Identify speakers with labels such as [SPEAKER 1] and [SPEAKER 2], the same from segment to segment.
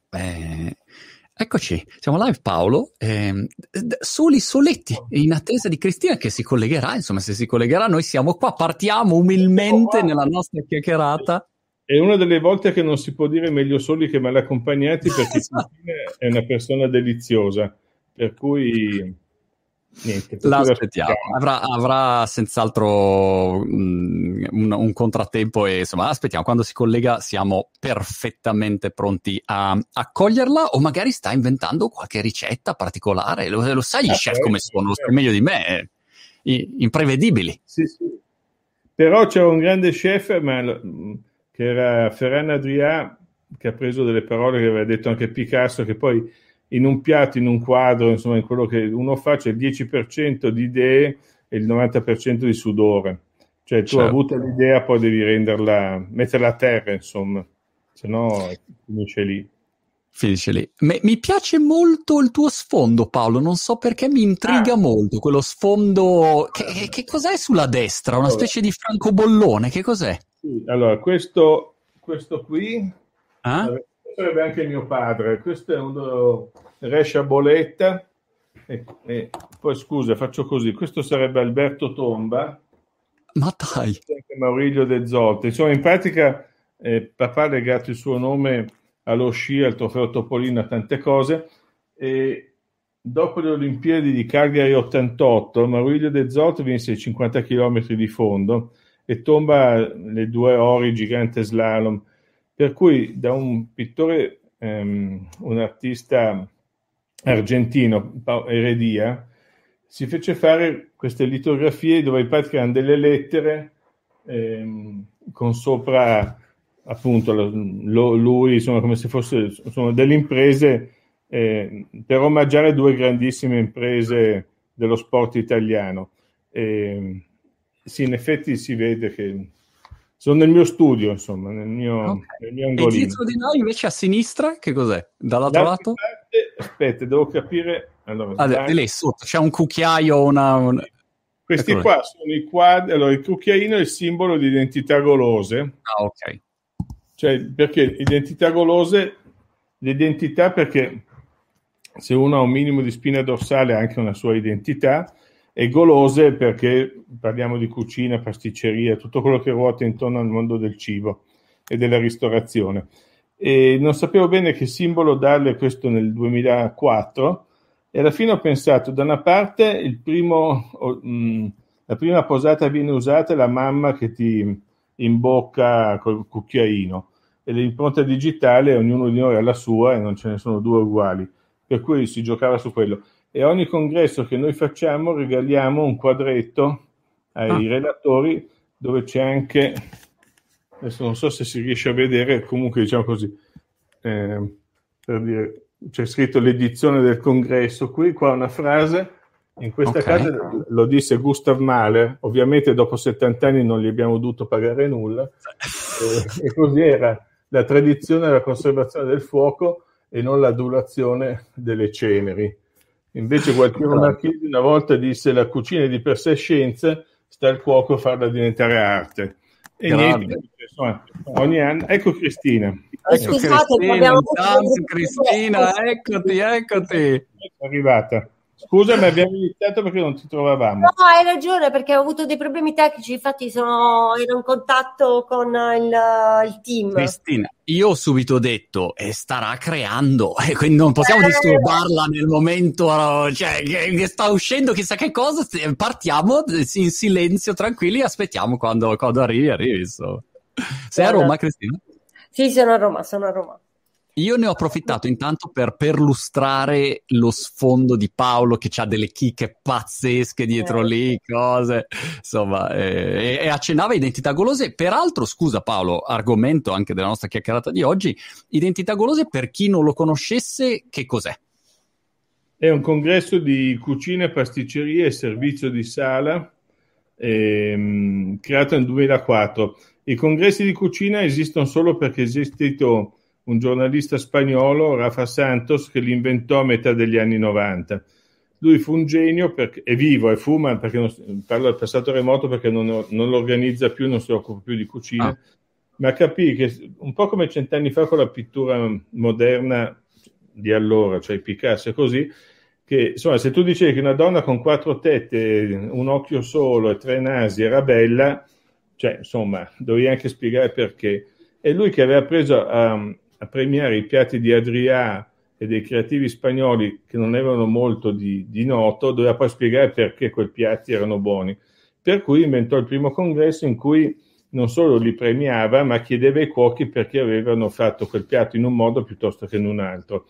[SPEAKER 1] Eccoci, siamo live Paolo, soletti, in attesa di Cristina che si collegherà, insomma se si collegherà noi siamo qua, partiamo umilmente nella nostra chiacchierata.
[SPEAKER 2] È una delle volte che non si può dire meglio soli che mal accompagnati, perché Cristina è una persona deliziosa, per cui niente.
[SPEAKER 1] L'aspettiamo, avrà senz'altro un contrattempo e insomma aspettiamo, quando si collega siamo perfettamente pronti a coglierla, o magari sta inventando qualche ricetta particolare, lo sai gli chef come sono, lo sai meglio di me, imprevedibili.
[SPEAKER 2] Sì. Però c'era un grande chef che era Ferran Adrià, che ha preso delle parole che aveva detto anche Picasso, che poi in un piatto, in un quadro, insomma in quello che uno fa c'è il 10% di idee e il 90% di sudore. Cioè tu hai avuto l'idea, poi devi metterla a terra, insomma, se no finisce lì.
[SPEAKER 1] Mi piace molto il tuo sfondo, Paolo, non so perché mi intriga molto quello sfondo. Che cos'è sulla destra? Una specie di francobollone, che cos'è?
[SPEAKER 2] Sì, allora, questo qui sarebbe anche mio padre. Questo è un Rescia Boletta e poi scusa, faccio così. Questo sarebbe Alberto Tomba.
[SPEAKER 1] Ma dai!
[SPEAKER 2] Anche Maurilio De Zotte. Insomma, in pratica papà ha legato il suo nome allo sci, al trofeo Topolino, a tante cose, e dopo le Olimpiadi di Calgary 88 Maurilio De Zotte vinse i 50 km di fondo e Tomba le 2 ori gigante slalom, per cui da un pittore, un artista argentino, Heredia, si fece fare queste litografie dove in pratica erano delle lettere con sopra appunto lui, insomma, come se fosse delle imprese per omaggiare 2 grandissime imprese dello sport italiano. Sì, in effetti si vede che sono nel mio studio, insomma, nel mio angolino.
[SPEAKER 1] E dietro di noi invece a sinistra che cos'è? Dall'altro lato?
[SPEAKER 2] Aspetta, devo capire.
[SPEAKER 1] Allora, di lì sotto c'è un cucchiaio,
[SPEAKER 2] questi qua sono i quadri. Allora, il cucchiaino è il simbolo di identità golose.
[SPEAKER 1] Ah, ok.
[SPEAKER 2] Cioè, perché identità golose? L'identità, perché se uno ha un minimo di spina dorsale ha anche una sua identità, e golose perché parliamo di cucina, pasticceria, tutto quello che ruota intorno al mondo del cibo e della ristorazione. E non sapevo bene che simbolo darle questo nel 2004, e alla fine ho pensato, da una parte la prima posata viene usata è la mamma che ti imbocca col cucchiaino, e l'impronta digitale ognuno di noi ha la sua e non ce ne sono 2 uguali, per cui si giocava su quello. E a ogni congresso che noi facciamo regaliamo un quadretto ai relatori dove c'è anche, adesso non so se si riesce a vedere, comunque diciamo così, per dire, c'è scritto l'edizione del congresso, qua una frase, in questa casa lo disse Gustav Mahler, ovviamente dopo 70 anni non gli abbiamo dovuto pagare nulla, e così era la tradizione della conservazione del fuoco e non l'adulazione delle ceneri. Invece Gualtiero Marchesi una volta disse: la cucina è di per sé scienza, sta al cuoco a farla diventare arte. E niente, insomma, ogni anno. Ecco Cristina.
[SPEAKER 1] Cristina, eccoti.
[SPEAKER 2] È arrivata. Scusa, ma abbiamo iniziato perché non ti trovavamo.
[SPEAKER 3] No, hai ragione, perché ho avuto dei problemi tecnici, infatti ero in contatto con il team.
[SPEAKER 1] Cristina, io ho subito detto, starà creando, e quindi non possiamo disturbarla nel momento, cioè, che sta uscendo chissà che cosa, partiamo in silenzio, tranquilli, aspettiamo quando arrivi. Insomma. Sei a Roma, Cristina?
[SPEAKER 3] Sì, sono a Roma.
[SPEAKER 1] Io ne ho approfittato intanto per perlustrare lo sfondo di Paolo, che ha delle chicche pazzesche dietro lì, cose, insomma, e accennava identità golose. Peraltro, scusa Paolo, argomento anche della nostra chiacchierata di oggi, identità golose, per chi non lo conoscesse, che cos'è?
[SPEAKER 2] È un congresso di cucina, pasticceria e servizio di sala, creato nel 2004. I congressi di cucina esistono solo perché è esistito un giornalista spagnolo, Rafa Santos, che li inventò a metà degli anni 90. Lui fu un genio, è vivo e fuma, perché parlo del passato remoto perché non lo organizza più, non si occupa più di cucina, ma capì che un po' come 100 anni fa con la pittura moderna di allora, cioè Picasso e così, che insomma se tu dicevi che una donna con 4 tette, un occhio solo e 3 nasi era bella, cioè insomma dovevi anche spiegare perché. E lui che aveva preso a premiare i piatti di Adrià e dei creativi spagnoli che non avevano molto di noto, doveva poi spiegare perché quei piatti erano buoni. Per cui inventò il primo congresso in cui non solo li premiava, ma chiedeva ai cuochi perché avevano fatto quel piatto in un modo piuttosto che in un altro.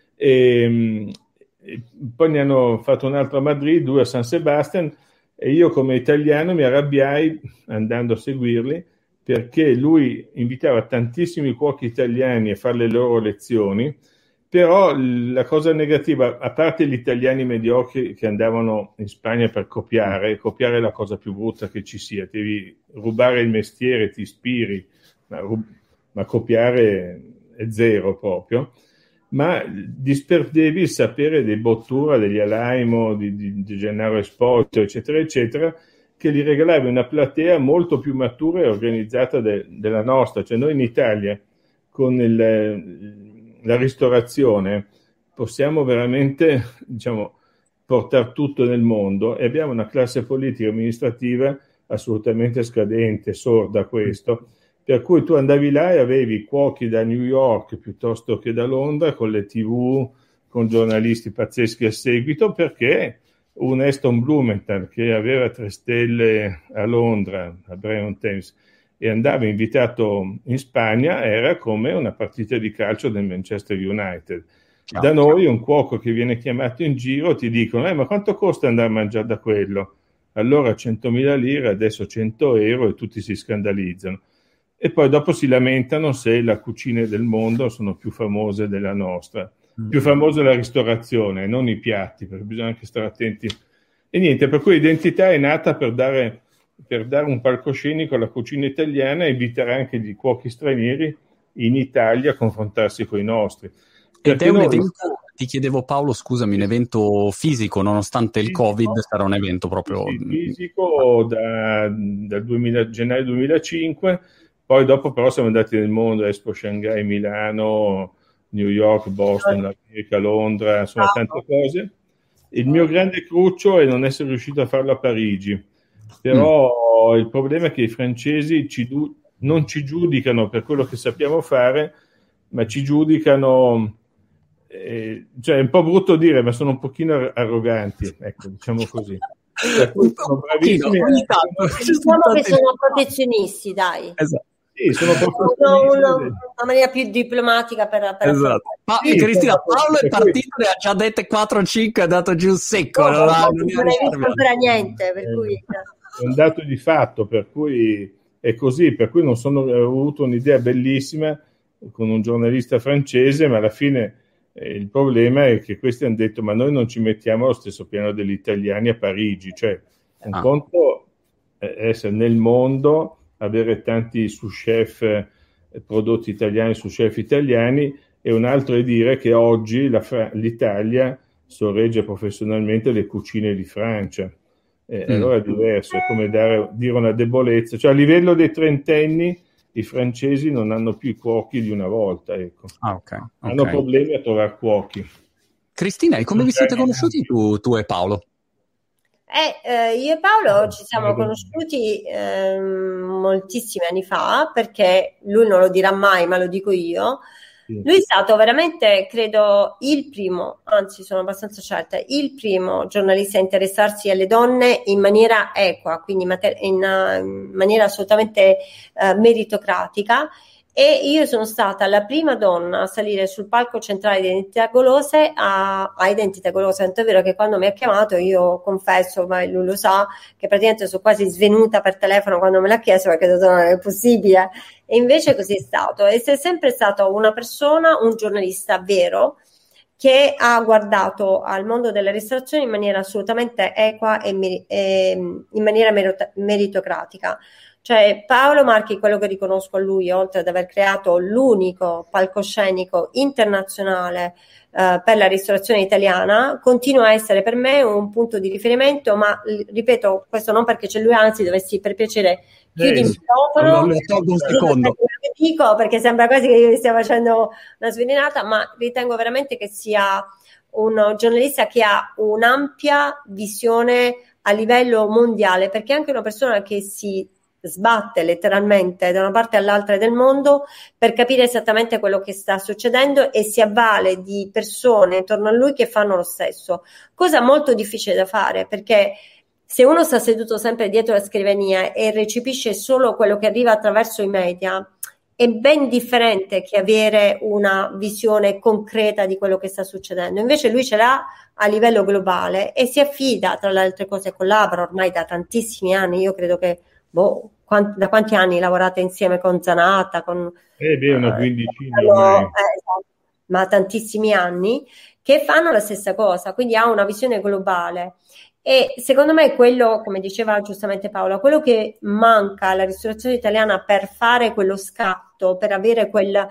[SPEAKER 2] E poi ne hanno fatto un altro a Madrid, 2 a San Sebastian, e io come italiano mi arrabbiai andando a seguirli, perché lui invitava tantissimi cuochi italiani a fare le loro lezioni, però la cosa negativa, a parte gli italiani mediocri che andavano in Spagna per copiare è la cosa più brutta che ci sia, devi rubare il mestiere, ti ispiri, ma copiare è zero proprio, ma disperdevi il sapere dei Bottura, degli Alaimo, di Gennaro Esposito, eccetera, eccetera, che gli regalavi una platea molto più matura e organizzata della nostra. Cioè noi in Italia, con la ristorazione, possiamo veramente, diciamo, portare tutto nel mondo e abbiamo una classe politica e amministrativa assolutamente scadente, sorda a questo, per cui tu andavi là e avevi cuochi da New York piuttosto che da Londra, con le TV, con giornalisti pazzeschi a seguito, perché un Aston Blumenthal che aveva 3 stelle a Londra, a Bryan Thames, e andava invitato in Spagna, era come una partita di calcio del Manchester United. Da noi un cuoco che viene chiamato in giro ti dicono ma quanto costa andare a mangiare da quello? Allora 100.000 lire, adesso 100 euro, e tutti si scandalizzano. E poi dopo si lamentano se le cucine del mondo sono più famose della nostra. Più famosa è la ristorazione, non i piatti, perché bisogna anche stare attenti. E niente, per cui Identità è nata per dare un palcoscenico alla cucina italiana e invitare anche gli cuochi stranieri in Italia a confrontarsi con i nostri.
[SPEAKER 1] Ed è un evento, ti chiedevo Paolo, scusami, un evento fisico, nonostante il Covid, sarà un evento proprio...
[SPEAKER 2] Fisico dal gennaio 2005, poi dopo però siamo andati nel mondo, Expo Shanghai, Milano, New York, Boston, America, Londra, insomma tante cose. Il mio grande cruccio è non essere riuscito a farlo a Parigi, però il problema è che i francesi non ci giudicano per quello che sappiamo fare, ma ci giudicano, cioè è un po' brutto dire, ma sono un pochino arroganti, ecco, diciamo così. Sono bravissimi.
[SPEAKER 3] Diciamo che sono protezionisti, dai.
[SPEAKER 1] Esatto.
[SPEAKER 2] Sì, sono
[SPEAKER 3] una maniera più diplomatica per
[SPEAKER 1] esatto. Ma sì, Cristina, Paolo è partito, ne ha già dette 4 o 5, è andato giù secco,
[SPEAKER 3] non hai visto ancora niente, per cui
[SPEAKER 2] è un dato di fatto, per cui è così, per cui non sono ho avuto un'idea bellissima con un giornalista francese, ma alla fine il problema è che questi hanno detto ma noi non ci mettiamo allo stesso piano degli italiani a Parigi, cioè un conto è essere nel mondo, avere tanti sous-chef prodotti italiani, sous-chef italiani, e un altro è dire che oggi l'Italia sorregge professionalmente le cucine di Francia. Allora è diverso, è come dire una debolezza. Cioè a livello dei trentenni i francesi non hanno più i cuochi di una volta, ecco.
[SPEAKER 1] Okay.
[SPEAKER 2] Hanno problemi a trovare cuochi.
[SPEAKER 1] Cristina, e come vi siete conosciuti tu e Paolo?
[SPEAKER 3] Io e Paolo ci siamo conosciuti moltissimi anni fa, perché lui non lo dirà mai, ma lo dico io. Lui è stato veramente, credo, il primo, anzi sono abbastanza certa, il primo giornalista a interessarsi alle donne in maniera equa, quindi in maniera assolutamente meritocratica. E io sono stata la prima donna a salire sul palco centrale di Identità Golose a Identità Golose, tanto è vero che quando mi ha chiamato, io confesso, ma lui lo sa, che praticamente sono quasi svenuta per telefono quando me l'ha chiesto, perché ho detto non è possibile, e invece così è stato. E sei sempre stato una persona, un giornalista vero, che ha guardato al mondo della ristorazione in maniera assolutamente equa e in maniera meritocratica. Cioè Paolo Marchi, quello che riconosco a lui, oltre ad aver creato l'unico palcoscenico internazionale per la ristorazione italiana, continua a essere per me un punto di riferimento, ma ripeto, questo non perché c'è lui, anzi dovessi per piacere chiudi il microfono,
[SPEAKER 1] lo tolgo un secondo.
[SPEAKER 3] Dico, perché sembra quasi che io mi stia facendo una svilinata, ma ritengo veramente che sia un giornalista che ha un'ampia visione a livello mondiale, perché è anche una persona che si sbatte letteralmente da una parte all'altra del mondo per capire esattamente quello che sta succedendo e si avvale di persone intorno a lui che fanno lo stesso, cosa molto difficile da fare, perché se uno sta seduto sempre dietro la scrivania e recepisce solo quello che arriva attraverso i media, è ben differente che avere una visione concreta di quello che sta succedendo. Invece lui ce l'ha a livello globale e si affida, tra le altre cose, collabora ormai da tantissimi anni. Io credo che da quanti anni lavorate insieme con Zanata?
[SPEAKER 2] Una quindicina ormai.
[SPEAKER 3] Esatto, ma tantissimi anni, che fanno la stessa cosa, quindi ha una visione globale. E secondo me quello, come diceva giustamente Paola, quello che manca alla ristorazione italiana per fare quello scatto, per avere quella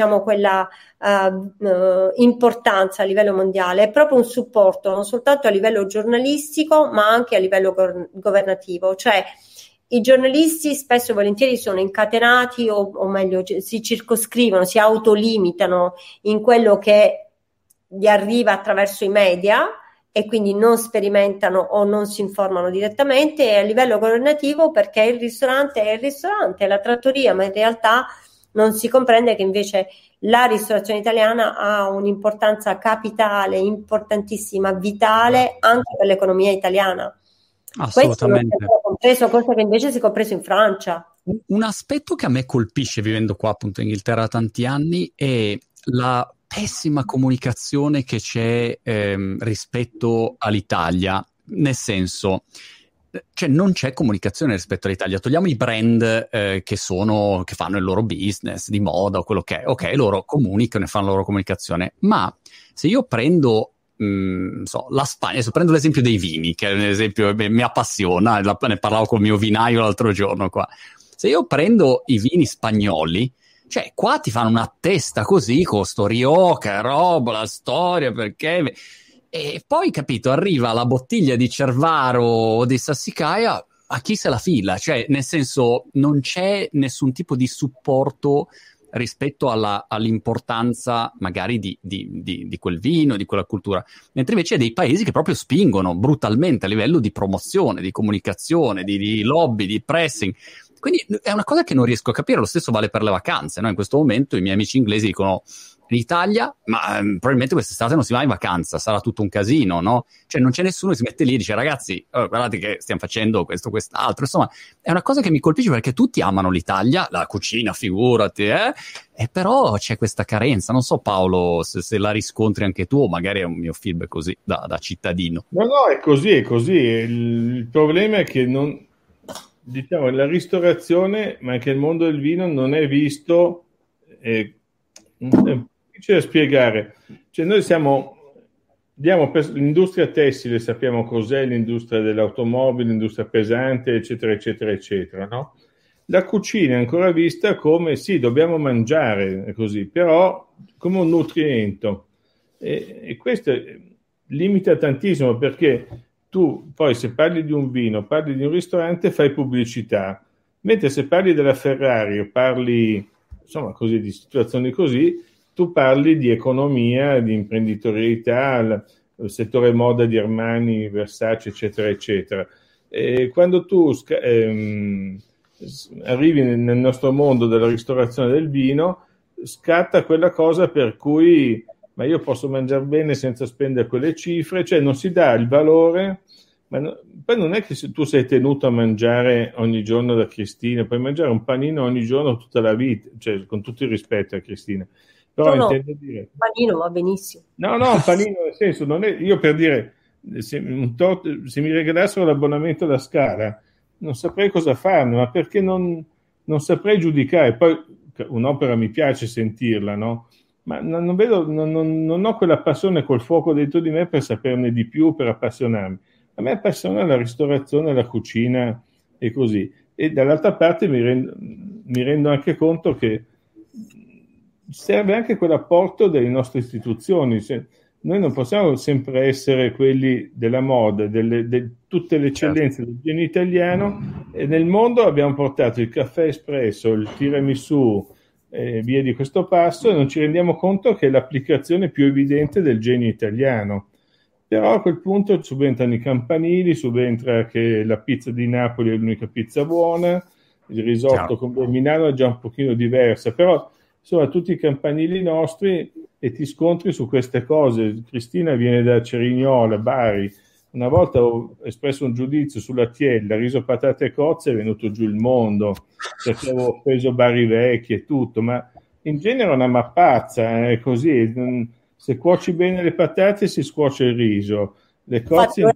[SPEAKER 3] importanza a livello mondiale, è proprio un supporto, non soltanto a livello giornalistico, ma anche a livello governativo. Cioè i giornalisti spesso e volentieri sono incatenati o meglio si circoscrivono, si autolimitano in quello che gli arriva attraverso i media e quindi non sperimentano o non si informano direttamente, e a livello governativo perché il ristorante è il ristorante, è la trattoria, ma in realtà non si comprende che invece la ristorazione italiana ha un'importanza capitale, importantissima, vitale anche per l'economia italiana.
[SPEAKER 1] Assolutamente.
[SPEAKER 3] Questo non si è compreso, cosa che invece si è compreso in Francia.
[SPEAKER 1] Un aspetto che a me colpisce vivendo qua appunto in Inghilterra da tanti anni è la pessima comunicazione che c'è rispetto all'Italia, nel senso, cioè non c'è comunicazione rispetto all'Italia. Togliamo i brand che fanno il loro business di moda o quello che è, ok, loro comunicano e fanno la loro comunicazione, ma se io prendo la Spagna, adesso prendo l'esempio dei vini, che è un esempio che mi appassiona, ne parlavo con il mio vinaio l'altro giorno qua. Se io prendo i vini spagnoli, cioè qua ti fanno una testa così con sto Rioja, roba, la storia, perché... E poi, capito, arriva la bottiglia di Cervaro o di Sassicaia, a chi se la fila? Cioè, nel senso, non c'è nessun tipo di supporto rispetto all'importanza magari di quel vino, di quella cultura, mentre invece c'è dei paesi che proprio spingono brutalmente a livello di promozione, di comunicazione, di lobby, di pressing. Quindi è una cosa che non riesco a capire. Lo stesso vale per le vacanze, no? In questo momento i miei amici inglesi dicono in Italia, ma probabilmente quest'estate non si va in vacanza, sarà tutto un casino, no? Cioè non c'è nessuno che si mette lì e dice ragazzi, guardate che stiamo facendo questo, quest'altro. Insomma, è una cosa che mi colpisce perché tutti amano l'Italia, la cucina, figurati, e però c'è questa carenza. Non so Paolo se la riscontri anche tu, o magari è un mio feedback così da cittadino.
[SPEAKER 2] No, è così, è così. Il problema è che diciamo, la ristorazione, ma anche il mondo del vino non è visto, è difficile da spiegare. Cioè noi diamo per l'industria tessile, sappiamo cos'è l'industria dell'automobile, l'industria pesante, eccetera, eccetera, eccetera, no? La cucina è ancora vista come, sì, dobbiamo mangiare, così, però come un nutrimento. E questo limita tantissimo, perché tu poi se parli di un vino, parli di un ristorante, fai pubblicità, mentre se parli della Ferrari o parli, insomma, così, di situazioni così, tu parli di economia, di imprenditorialità, il settore moda di Armani, Versace, eccetera, eccetera. E quando tu arrivi nel nostro mondo della ristorazione del vino, scatta quella cosa per cui ma io posso mangiare bene senza spendere quelle cifre, cioè non si dà il valore, poi non è che tu sei tenuto a mangiare ogni giorno da Cristina, puoi mangiare un panino ogni giorno tutta la vita, cioè con tutto il rispetto a Cristina. Però intendo dire...
[SPEAKER 3] Un panino va benissimo.
[SPEAKER 2] No, un panino nel senso, non è, io per dire, se mi regalassero l'abbonamento alla Scala, non saprei cosa farne, ma perché non saprei giudicare. Poi un'opera mi piace sentirla, no? Ma non vedo, non ho quella passione col fuoco dentro di me per saperne di più, per appassionarmi. A me appassiona la ristorazione, la cucina e così. e dall'altra parte mi rendo anche conto che serve anche quell'apporto delle nostre istituzioni. Noi non possiamo sempre essere quelli della moda, tutte le eccellenze del genio italiano, e nel mondo abbiamo portato il caffè espresso, il tiramisù, via di questo passo, e non ci rendiamo conto che è l'applicazione più evidente del genio italiano. Però a quel punto subentrano i campanili, subentra che la pizza di Napoli è l'unica pizza buona, il risotto con Milano è già un pochino diversa, però insomma tutti i campanili nostri, e ti scontri su queste cose. Cristina viene da Cerignola, Bari. Una volta ho espresso un giudizio sulla Tiella, riso, patate e cozze, è venuto giù il mondo, perché avevo preso Bari Vecchi e tutto, ma in genere è una mappazza, è così. Se cuoci bene le patate si scuoce il riso, le cozze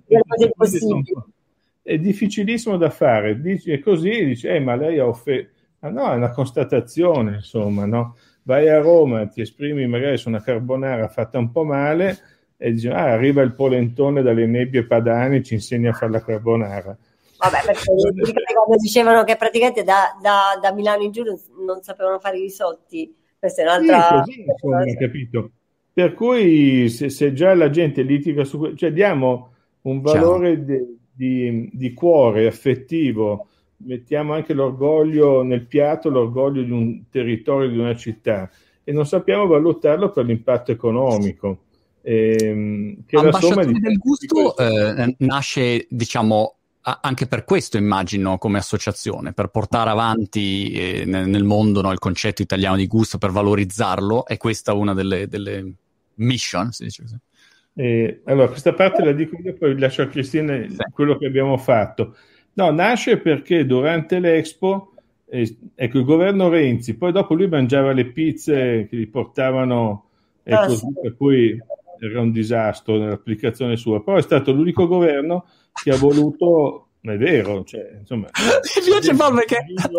[SPEAKER 2] è difficilissimo da fare. E così dici, ma lei ha ma no, è una constatazione, insomma, no? Vai a Roma, ti esprimi magari su una carbonara fatta un po' male e dici, arriva il polentone dalle nebbie padane, ci insegna a fare la carbonara.
[SPEAKER 3] Vabbè, perché quando dicevano che praticamente da Milano in giù non sapevano fare i risotti, questa è un'altra...
[SPEAKER 2] Sì, così, insomma, capito? Per cui se già la gente litiga su... Cioè diamo un valore di cuore, affettivo, mettiamo anche l'orgoglio nel piatto, l'orgoglio di un territorio, di una città, e non sappiamo valutarlo per l'impatto economico. Che la somma
[SPEAKER 1] del gusto nasce, diciamo, anche per questo, immagino, come associazione, per portare avanti nel mondo, no, il concetto italiano di gusto, per valorizzarlo. È questa una delle mission, si dice così?
[SPEAKER 2] Allora, questa parte la dico io, poi lascio a Cristina quello che abbiamo fatto. No, nasce perché durante l'Expo, ecco, il governo Renzi, poi dopo lui mangiava le pizze che gli portavano, così, per cui era un disastro nell'applicazione sua, però è stato l'unico governo che ha voluto, è vero, cioè, insomma,
[SPEAKER 1] mi piace perché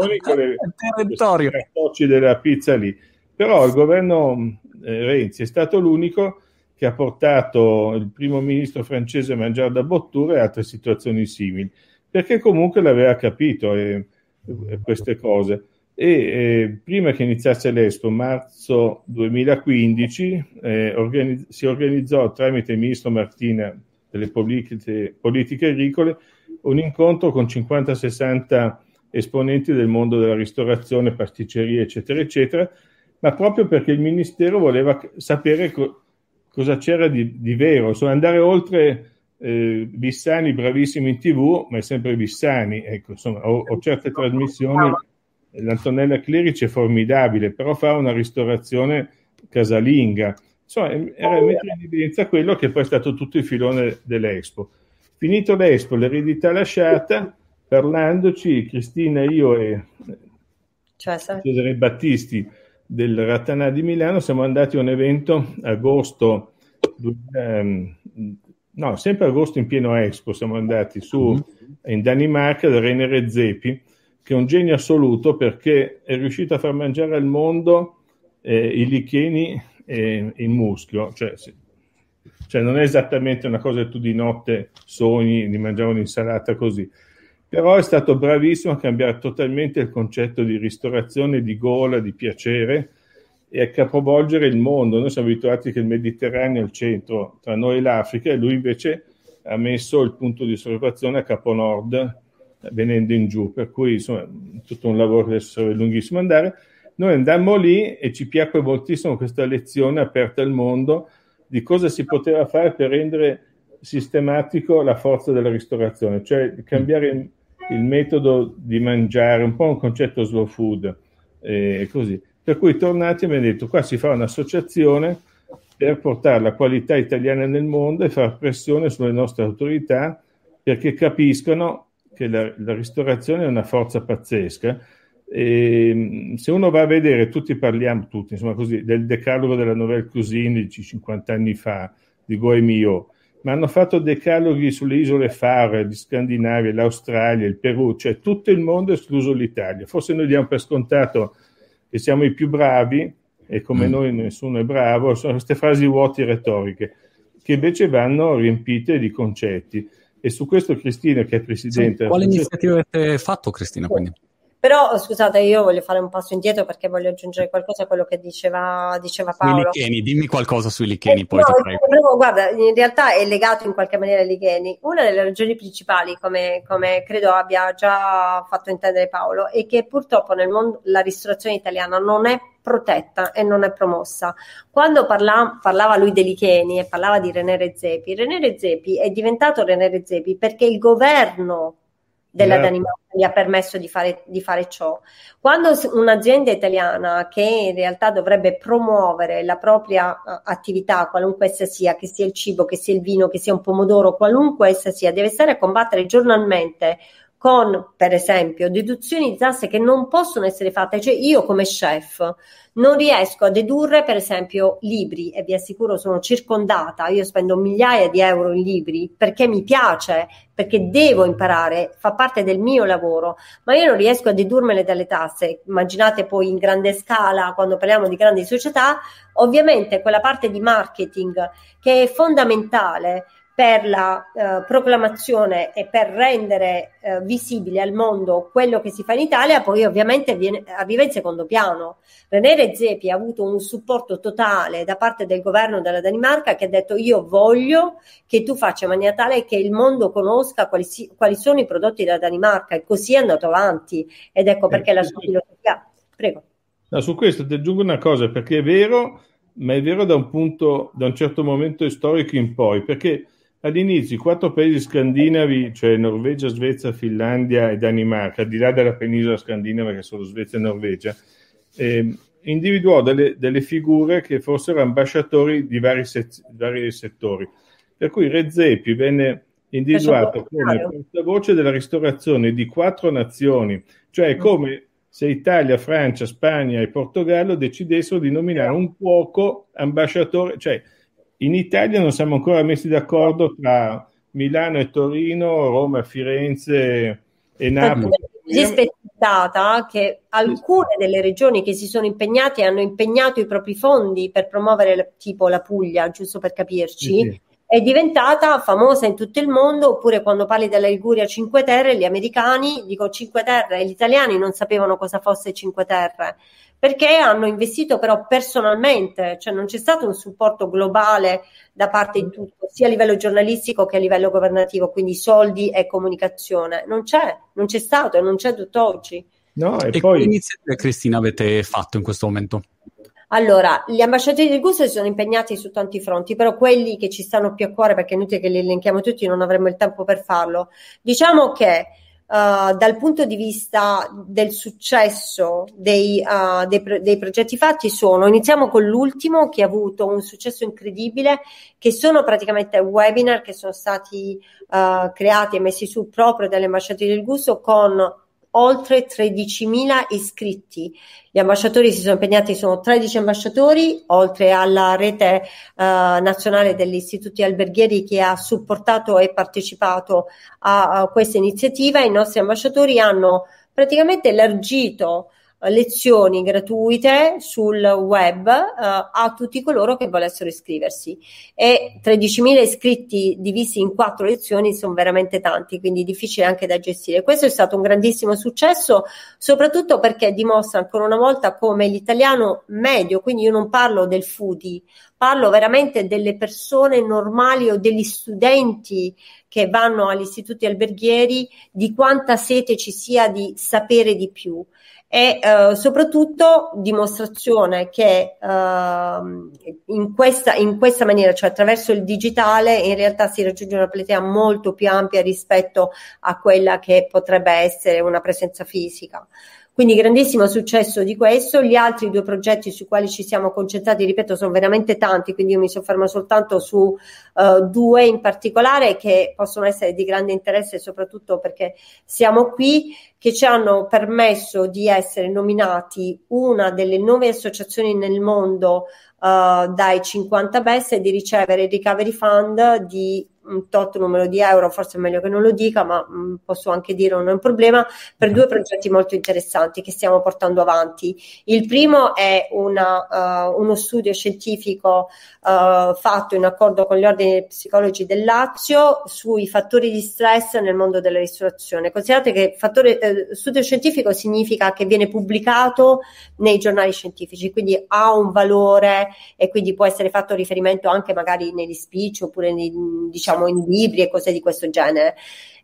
[SPEAKER 2] i cartocci della pizza lì, però il governo Renzi è stato l'unico che ha portato il primo ministro francese a mangiare da bottura e altre situazioni simili, perché comunque l'aveva capito queste cose. E prima che iniziasse l'Expo, marzo 2015, si organizzò tramite il ministro Martina delle politiche agricole un incontro con 50-60 esponenti del mondo della ristorazione, pasticceria, eccetera, eccetera, ma proprio perché il ministero voleva sapere cosa c'era di vero, insomma, andare oltre Vissani bravissimo in TV, ma è sempre Vissani, ecco, insomma, o certe trasmissioni. L'Antonella Clerici è formidabile, però fa una ristorazione casalinga. Insomma, era mettere in evidenza quello che poi è stato tutto il filone dell'Expo. Finito l'Expo, l'eredità lasciata, parlandoci, Cristina, io e Cesare Battisti del Rattanà di Milano siamo andati a un evento agosto, sempre agosto in pieno Expo, siamo andati in Danimarca da René Redzepi, che è un genio assoluto perché è riuscito a far mangiare al mondo i licheni e il muschio, cioè non è esattamente una cosa che tu di notte sogni di mangiare un'insalata così, però è stato bravissimo a cambiare totalmente il concetto di ristorazione, di gola, di piacere, e a capovolgere il mondo. Noi siamo abituati che il Mediterraneo è il centro tra noi e l'Africa, e lui invece ha messo il punto di osservazione a Capo Nord, venendo in giù, per cui insomma tutto un lavoro che adesso sarebbe lunghissimo andare. Noi andammo lì e ci piacque moltissimo questa lezione aperta al mondo di cosa si poteva fare per rendere sistematico la forza della ristorazione, cioè cambiare il metodo di mangiare, un po' un concetto slow food, così. Per cui tornati abbiamo detto, qua si fa un'associazione per portare la qualità italiana nel mondo e far pressione sulle nostre autorità perché capiscono che la ristorazione è una forza pazzesca. E se uno va a vedere, insomma così, del decalogo della Nouvelle Cuisine di 50 anni fa di Goemio, ma hanno fatto decaloghi sulle isole Fare, di Scandinavia, l'Australia, il Perù, cioè tutto il mondo escluso l'Italia. Forse noi diamo per scontato che siamo i più bravi e come noi nessuno è bravo, sono queste frasi vuote retoriche che invece vanno riempite di concetti. E su questo Cristina, che è presidente...
[SPEAKER 1] Quali iniziative avete fatto, Cristina, quindi?
[SPEAKER 3] Però scusate, io voglio fare un passo indietro perché voglio aggiungere qualcosa a quello che diceva Paolo.
[SPEAKER 1] Sui licheni, dimmi qualcosa sui licheni, poi
[SPEAKER 3] No,
[SPEAKER 1] ti prego.
[SPEAKER 3] guarda, in realtà è legato in qualche maniera ai licheni. Una delle ragioni principali, come credo abbia già fatto intendere Paolo, è che purtroppo nel mondo la ristorazione italiana non è protetta e non è promossa. Quando parlava lui dei licheni e parlava di René Redzepi è diventato René Redzepi perché il governo della Danimarca gli ha permesso di fare ciò. Quando un'azienda italiana che in realtà dovrebbe promuovere la propria attività, qualunque essa sia, che sia il cibo, che sia il vino, che sia un pomodoro, qualunque essa sia, deve stare a combattere giornalmente con, per esempio, deduzioni di tasse che non possono essere fatte. Cioè io come chef non riesco a dedurre, per esempio, libri, e vi assicuro sono circondata, io spendo migliaia di euro in libri perché mi piace, perché devo imparare, fa parte del mio lavoro, ma io non riesco a dedurmele dalle tasse. Immaginate poi in grande scala, quando parliamo di grandi società, ovviamente quella parte di marketing che è fondamentale per la proclamazione e per rendere visibile al mondo quello che si fa in Italia, poi ovviamente arriva in secondo piano. René Redzepi ha avuto un supporto totale da parte del governo della Danimarca, che ha detto: io voglio che tu faccia in maniera tale che il mondo conosca quali sono i prodotti della Danimarca, e così è andato avanti, ed ecco perché la sua filosofia. Prego.
[SPEAKER 2] No, su questo ti aggiungo una cosa, perché è vero, ma è vero da un certo momento storico in poi, perché all'inizio i 4 paesi scandinavi, cioè Norvegia, Svezia, Finlandia e Danimarca, al di là della penisola scandinava che sono Svezia e Norvegia, individuò delle figure che fossero ambasciatori di vari settori. Per cui Redzepi venne individuato come portavoce della ristorazione di 4 nazioni, cioè come se Italia, Francia, Spagna e Portogallo decidessero di nominare un cuoco ambasciatore, cioè in Italia non siamo ancora messi d'accordo tra Milano e Torino, Roma e Firenze e Napoli.
[SPEAKER 3] Così spezzettata che alcune delle regioni che si sono impegnate hanno impegnato i propri fondi per promuovere, tipo la Puglia, giusto per capirci, sì. È diventata famosa in tutto il mondo. Oppure quando parli della Liguria Cinque Terre, gli americani, dico Cinque Terre, e gli italiani non sapevano cosa fosse Cinque Terre, perché hanno investito però personalmente, cioè non c'è stato un supporto globale da parte di tutto, sia a livello giornalistico che a livello governativo, quindi soldi e comunicazione. Non c'è stato e non c'è tutt'oggi.
[SPEAKER 1] No, e poi... quali iniziative, Cristina, avete fatto in questo momento?
[SPEAKER 3] Allora, gli ambasciatori del gusto si sono impegnati su tanti fronti, però quelli che ci stanno più a cuore, perché è inutile che li elenchiamo tutti, non avremo il tempo per farlo. Diciamo che dal punto di vista del successo dei progetti fatti iniziamo con l'ultimo, che ha avuto un successo incredibile, che sono praticamente webinar che sono stati creati e messi su proprio dagli ambasciatori del gusto, con oltre 13.000 iscritti. Gli ambasciatori si sono impegnati, sono 13 ambasciatori, oltre alla rete nazionale degli istituti alberghieri che ha supportato e partecipato a questa iniziativa. I nostri ambasciatori hanno praticamente elargito lezioni gratuite sul web a tutti coloro che volessero iscriversi, e 13.000 iscritti divisi in 4 lezioni sono veramente tanti, quindi difficile anche da gestire. Questo è stato un grandissimo successo, soprattutto perché dimostra ancora una volta come l'italiano medio, quindi io non parlo del foodie, parlo veramente delle persone normali o degli studenti che vanno agli istituti alberghieri, di quanta sete ci sia di sapere di più. E soprattutto dimostrazione che in questa maniera, cioè attraverso il digitale, in realtà si raggiunge una platea molto più ampia rispetto a quella che potrebbe essere una presenza fisica. Quindi grandissimo successo di questo. Gli altri 2 progetti sui quali ci siamo concentrati, ripeto, sono veramente tanti, quindi io mi soffermo soltanto su 2 in particolare che possono essere di grande interesse, soprattutto perché siamo qui, che ci hanno permesso di essere nominati una delle 9 associazioni nel mondo dai 50 best e di ricevere il Recovery Fund di un tot numero di euro, forse è meglio che non lo dica, ma posso anche dire, non è un problema, per 2 progetti molto interessanti che stiamo portando avanti. Il primo è uno studio scientifico fatto in accordo con gli ordini dei psicologi del Lazio sui fattori di stress nel mondo della ristorazione. Considerate che studio scientifico significa che viene pubblicato nei giornali scientifici, quindi ha un valore e quindi può essere fatto riferimento anche magari negli speech oppure diciamo in libri e cose di questo genere.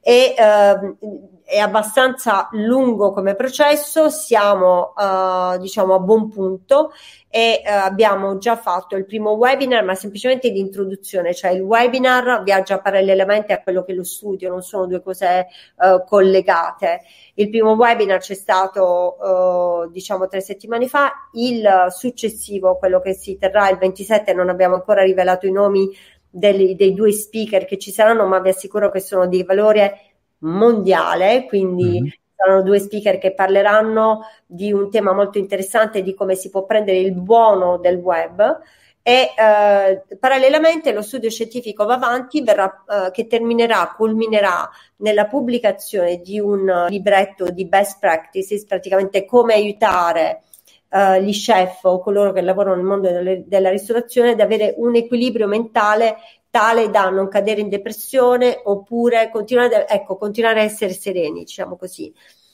[SPEAKER 3] È abbastanza lungo come processo, siamo diciamo a buon punto e abbiamo già fatto il primo webinar, ma semplicemente di introduzione, cioè il webinar viaggia parallelamente a quello che è lo studio, non sono 2 cose collegate. Il primo webinar c'è stato diciamo 3 settimane fa, il successivo, quello che si terrà il 27, non abbiamo ancora rivelato i nomi dei 2 speaker che ci saranno, ma vi assicuro che sono di valore mondiale, quindi saranno 2 speaker che parleranno di un tema molto interessante, di come si può prendere il buono del web e parallelamente lo studio scientifico va avanti, che culminerà nella pubblicazione di un libretto di best practices, praticamente come aiutare gli chef o coloro che lavorano nel mondo della ristorazione ad avere un equilibrio mentale tale da non cadere in depressione oppure continuare a essere sereni, diciamo così,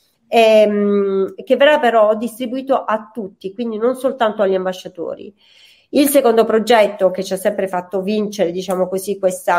[SPEAKER 3] che verrà però distribuito a tutti, quindi non soltanto agli ambasciatori. Il secondo progetto che ci ha sempre fatto vincere, diciamo così,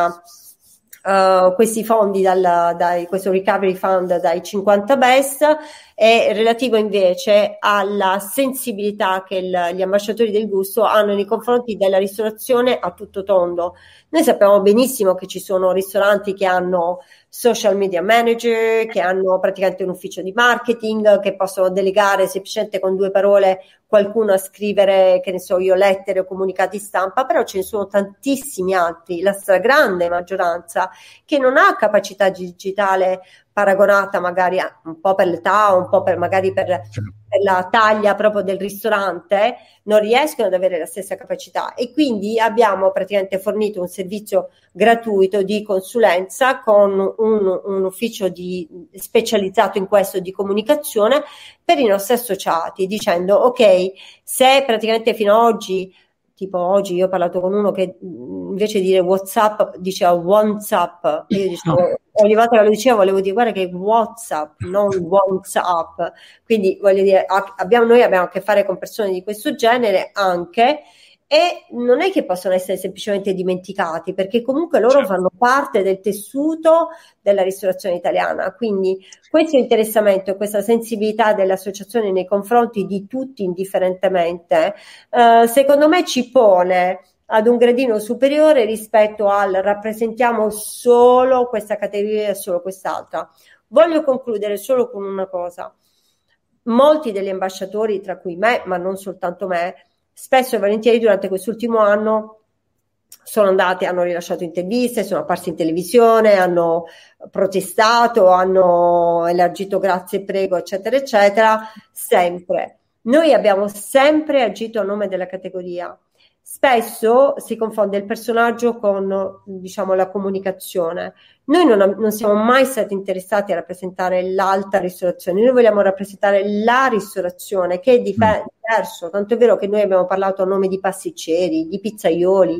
[SPEAKER 3] questi fondi questo recovery fund dai 50 best è relativo invece alla sensibilità che gli ambasciatori del gusto hanno nei confronti della ristorazione a tutto tondo. Noi sappiamo benissimo che ci sono ristoranti che hanno social media manager, che hanno praticamente un ufficio di marketing, che possono delegare semplicemente con 2 parole qualcuno a scrivere, che ne so io, lettere o comunicati stampa, però ce ne sono tantissimi altri, la stragrande maggioranza, che non ha capacità digitale paragonata magari un po' per l'età, un po' magari per la taglia proprio del ristorante, non riescono ad avere la stessa capacità e quindi abbiamo praticamente fornito un servizio gratuito di consulenza con un ufficio specializzato in questo di comunicazione per i nostri associati, dicendo ok, se praticamente fino ad oggi, tipo oggi io ho parlato con uno che invece di dire WhatsApp diceva WhatsApp, e io dicevo, ogni volta che lo dicevo volevo dire guarda che è WhatsApp, non WhatsApp, quindi voglio dire noi abbiamo a che fare con persone di questo genere anche, e non è che possono essere semplicemente dimenticati, perché comunque loro fanno parte del tessuto della ristorazione italiana, quindi questo interessamento e questa sensibilità dell'associazione nei confronti di tutti indifferentemente secondo me ci pone ad un gradino superiore rispetto al rappresentiamo solo questa categoria e solo quest'altra. Voglio concludere solo con una cosa: molti degli ambasciatori, tra cui me, ma non soltanto me, spesso e volentieri durante quest'ultimo anno sono andati, hanno rilasciato interviste, sono apparsi in televisione, hanno protestato, hanno elargito grazie e prego, eccetera, eccetera, sempre. Noi abbiamo sempre agito a nome della categoria. Spesso si confonde il personaggio con, diciamo, la comunicazione. Noi non siamo mai stati interessati a rappresentare l'alta ristorazione, noi vogliamo rappresentare la ristorazione, che è diverso, tanto è vero che noi abbiamo parlato a nome di pasticceri, di pizzaioli,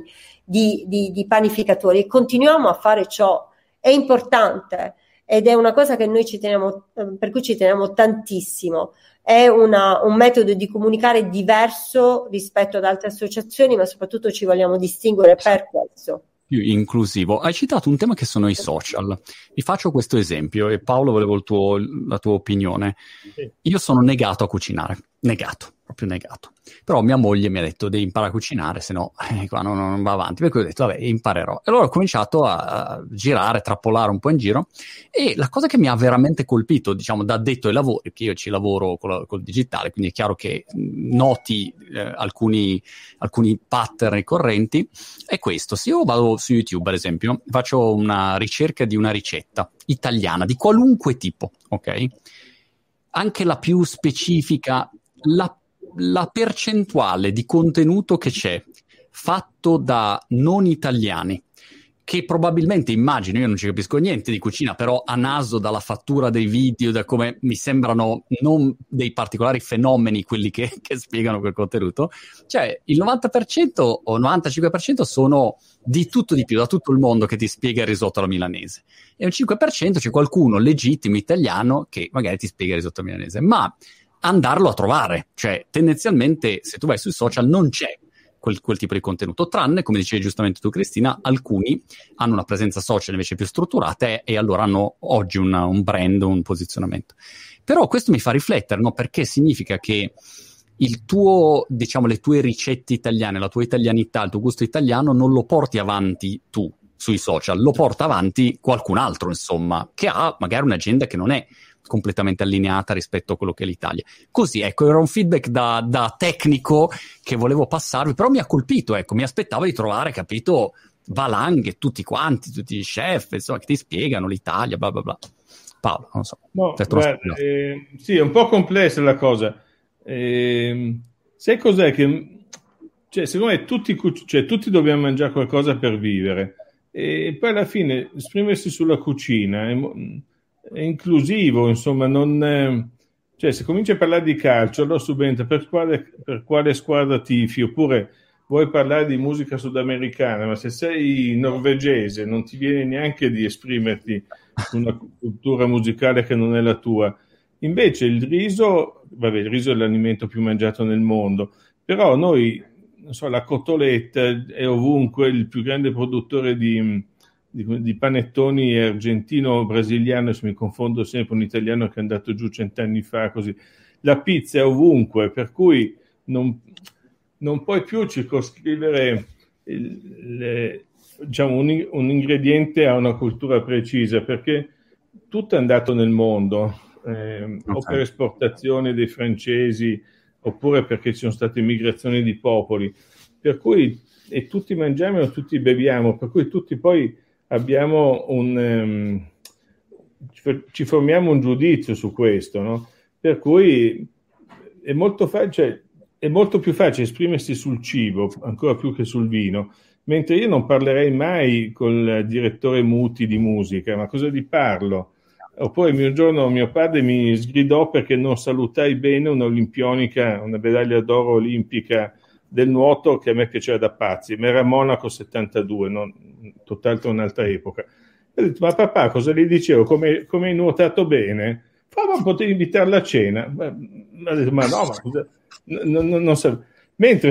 [SPEAKER 3] di panificatori, e continuiamo a fare ciò. È importante ed è una cosa che noi ci teniamo, per cui ci teniamo tantissimo. È un metodo di comunicare diverso rispetto ad altre associazioni, ma soprattutto ci vogliamo distinguere per questo.
[SPEAKER 1] Più inclusivo. Hai citato un tema che sono i social. Vi faccio questo esempio e Paolo volevo la tua opinione. Io sono negato a cucinare, proprio negato. Però mia moglie mi ha detto devi imparare a cucinare, se no qua non va avanti. Per cui ho detto vabbè, imparerò. E allora ho cominciato a girare, trappolare un po' in giro, e la cosa che mi ha veramente colpito, diciamo, da addetto ai lavori, che io ci lavoro col digitale, quindi è chiaro che noti alcuni pattern ricorrenti, è questo. Se io vado su YouTube, ad esempio, faccio una ricerca di una ricetta italiana, di qualunque tipo, ok? Anche la più specifica, la percentuale di contenuto che c'è fatto da non italiani che probabilmente, immagino, io non ci capisco niente di cucina, però a naso dalla fattura dei video, da come mi sembrano non dei particolari fenomeni quelli che spiegano quel contenuto, cioè il 90% o 95% sono di tutto di più, da tutto il mondo, che ti spiega il risotto alla milanese, e un 5% c'è qualcuno legittimo italiano che magari ti spiega il risotto alla milanese, ma andarlo a trovare, cioè tendenzialmente se tu vai sui social non c'è quel tipo di contenuto, tranne, come dicevi giustamente tu Cristina, alcuni hanno una presenza social invece più strutturata e allora hanno oggi un brand, un posizionamento. Però questo mi fa riflettere, no? Perché significa che il tuo, diciamo, le tue ricette italiane, la tua italianità, il tuo gusto italiano non lo porti avanti tu sui social, lo porta avanti qualcun altro, insomma, che ha magari un'agenda che non è completamente allineata rispetto a quello che è l'Italia. Così, ecco, era un feedback da tecnico che volevo passarvi, però mi ha colpito, ecco, mi aspettavo di trovare, capito, valanghe, tutti quanti, tutti i chef, insomma, che ti spiegano l'Italia, bla bla bla. Paolo, non so.
[SPEAKER 2] No, guarda, sì, è un po' complessa la cosa. Sai cos'è che... Cioè, secondo me tutti dobbiamo mangiare qualcosa per vivere, e poi alla fine esprimersi sulla cucina è inclusivo, insomma, cioè, se cominci a parlare di calcio, allora subentra per quale squadra tifi, oppure vuoi parlare di musica sudamericana, ma se sei norvegese non ti viene neanche di esprimerti su una cultura musicale che non è la tua. Invece il riso è l'alimento più mangiato nel mondo, però noi, non so, la cotoletta è ovunque, il più grande produttore di panettoni è argentino-brasiliano, se mi confondo sempre, un italiano che è andato giù 100 anni fa, così. La pizza è ovunque, per cui non puoi più circoscrivere diciamo, un ingrediente a una cultura precisa, perché tutto è andato nel mondo, o per esportazione dei francesi, oppure perché ci sono state migrazioni di popoli, per cui e tutti mangiamo e tutti beviamo, per cui tutti poi abbiamo ci formiamo un giudizio su questo, no? Per cui è molto più facile esprimersi sul cibo, ancora più che sul vino, mentre io non parlerei mai col direttore Muti di musica, ma cosa gli parlo? Oppure un giorno mio padre mi sgridò perché non salutai bene una olimpionica, una medaglia d'oro olimpica del nuoto che a me piaceva da pazzi, ma era Monaco 72, tutt'altro un'altra epoca. E ho detto, ma papà, cosa gli dicevo? Come hai nuotato bene? Ma potevi invitarla a cena? Ma no, ma cosa? Non so. Mentre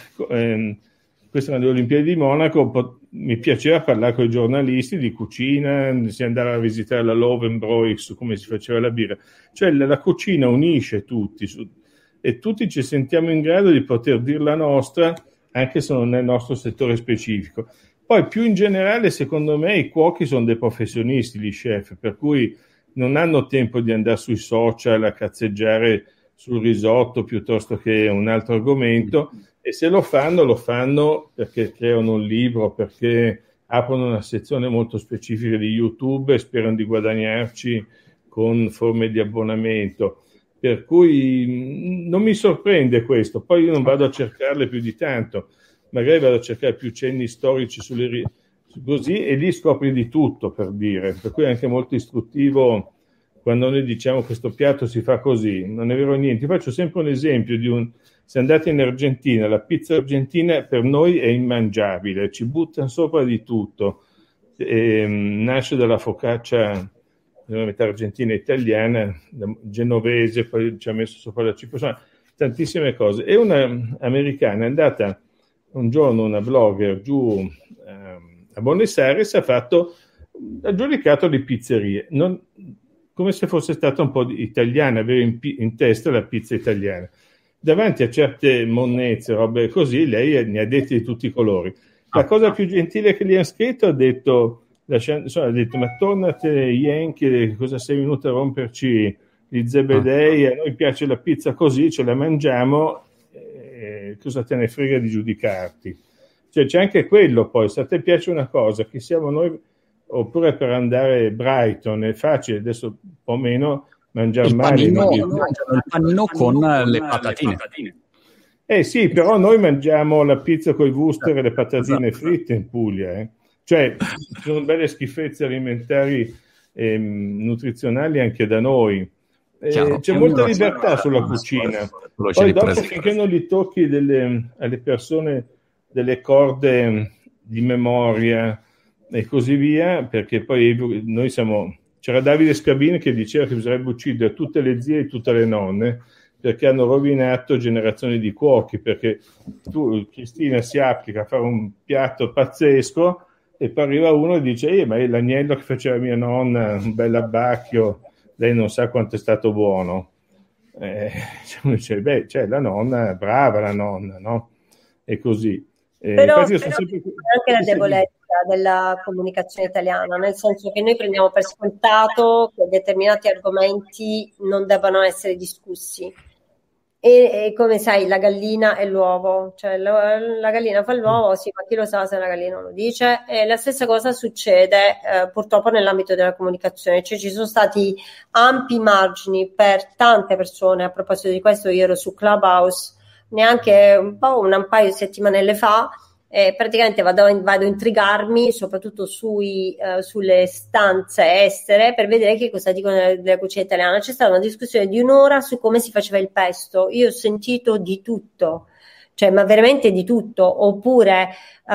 [SPEAKER 2] queste erano le Olimpiadi di Monaco, mi piaceva parlare con i giornalisti di cucina, si andava a visitare la Lovenbräu su come si faceva la birra. Cioè la cucina unisce tutti e tutti ci sentiamo in grado di poter dire la nostra, anche se non è il nostro settore specifico. Poi più in generale, secondo me, i cuochi sono dei professionisti, gli chef, per cui non hanno tempo di andare sui social a cazzeggiare sul risotto piuttosto che un altro argomento, e se lo fanno perché creano un libro, perché aprono una sezione molto specifica di YouTube e sperano di guadagnarci con forme di abbonamento. Per cui non mi sorprende questo. Poi io non vado a cercarle più di tanto, magari vado a cercare più cenni storici così, e lì scopri di tutto, per dire. Per cui è anche molto istruttivo quando noi diciamo questo piatto si fa così, non è vero niente. Io faccio sempre un esempio se andate in Argentina, la pizza argentina per noi è immangiabile, ci buttano sopra di tutto, nasce dalla focaccia nella metà argentina e italiana, genovese, poi ci ha messo sopra la cipolla, tantissime cose. E una americana è andata un giorno, una blogger giù a Buenos Aires, ha giudicato le pizzerie, come se fosse stata un po' italiana, avere in testa la pizza italiana. Davanti a certe monnezze, robe così, lei ne ha dette di tutti i colori. La cosa più gentile che gli ha scritto ha detto, ma tornate Yankee, cosa sei venuto a romperci gli zebedei, a noi piace la pizza così, ce la mangiamo, cosa te ne frega di giudicarti? Cioè c'è anche quello poi, se a te piace una cosa, chi siamo noi, oppure per andare a Brighton, è facile, adesso un po' meno, mangiare
[SPEAKER 1] mangiano il panino con le patatine.
[SPEAKER 2] Sì, però noi mangiamo la pizza con i wuster e le patatine fritte in Puglia, Cioè, ci sono belle schifezze alimentari e nutrizionali anche da noi. C'è molta libertà sulla cucina. Poi dopo, finché non gli tocchi alle persone delle corde di memoria e così via, perché poi noi c'era Davide Scabini che diceva che bisognerebbe uccidere tutte le zie e tutte le nonne perché hanno rovinato generazioni di cuochi, perché tu, Cristina, si applica a fare un piatto pazzesco e poi arriva uno e dice ma è l'agnello che faceva mia nonna, un bel abbacchio, lei non sa quanto è stato buono. Dice, cioè, la nonna, brava la nonna, no? E così.
[SPEAKER 3] Però anche la debolezza della comunicazione italiana, nel senso che noi prendiamo per scontato che determinati argomenti non debbano essere discussi. E come sai, la gallina e l'uovo, cioè la gallina fa l'uovo, sì, ma chi lo sa se la gallina lo dice? E la stessa cosa succede purtroppo nell'ambito della comunicazione, cioè ci sono stati ampi margini per tante persone. A proposito di questo, io ero su Clubhouse neanche un paio di settimane fa. Praticamente vado a intrigarmi soprattutto sulle stanze estere per vedere che cosa dicono della cucina italiana. C'è stata una discussione di un'ora su come si faceva il pesto. Io ho sentito di tutto, cioè ma veramente di tutto. Oppure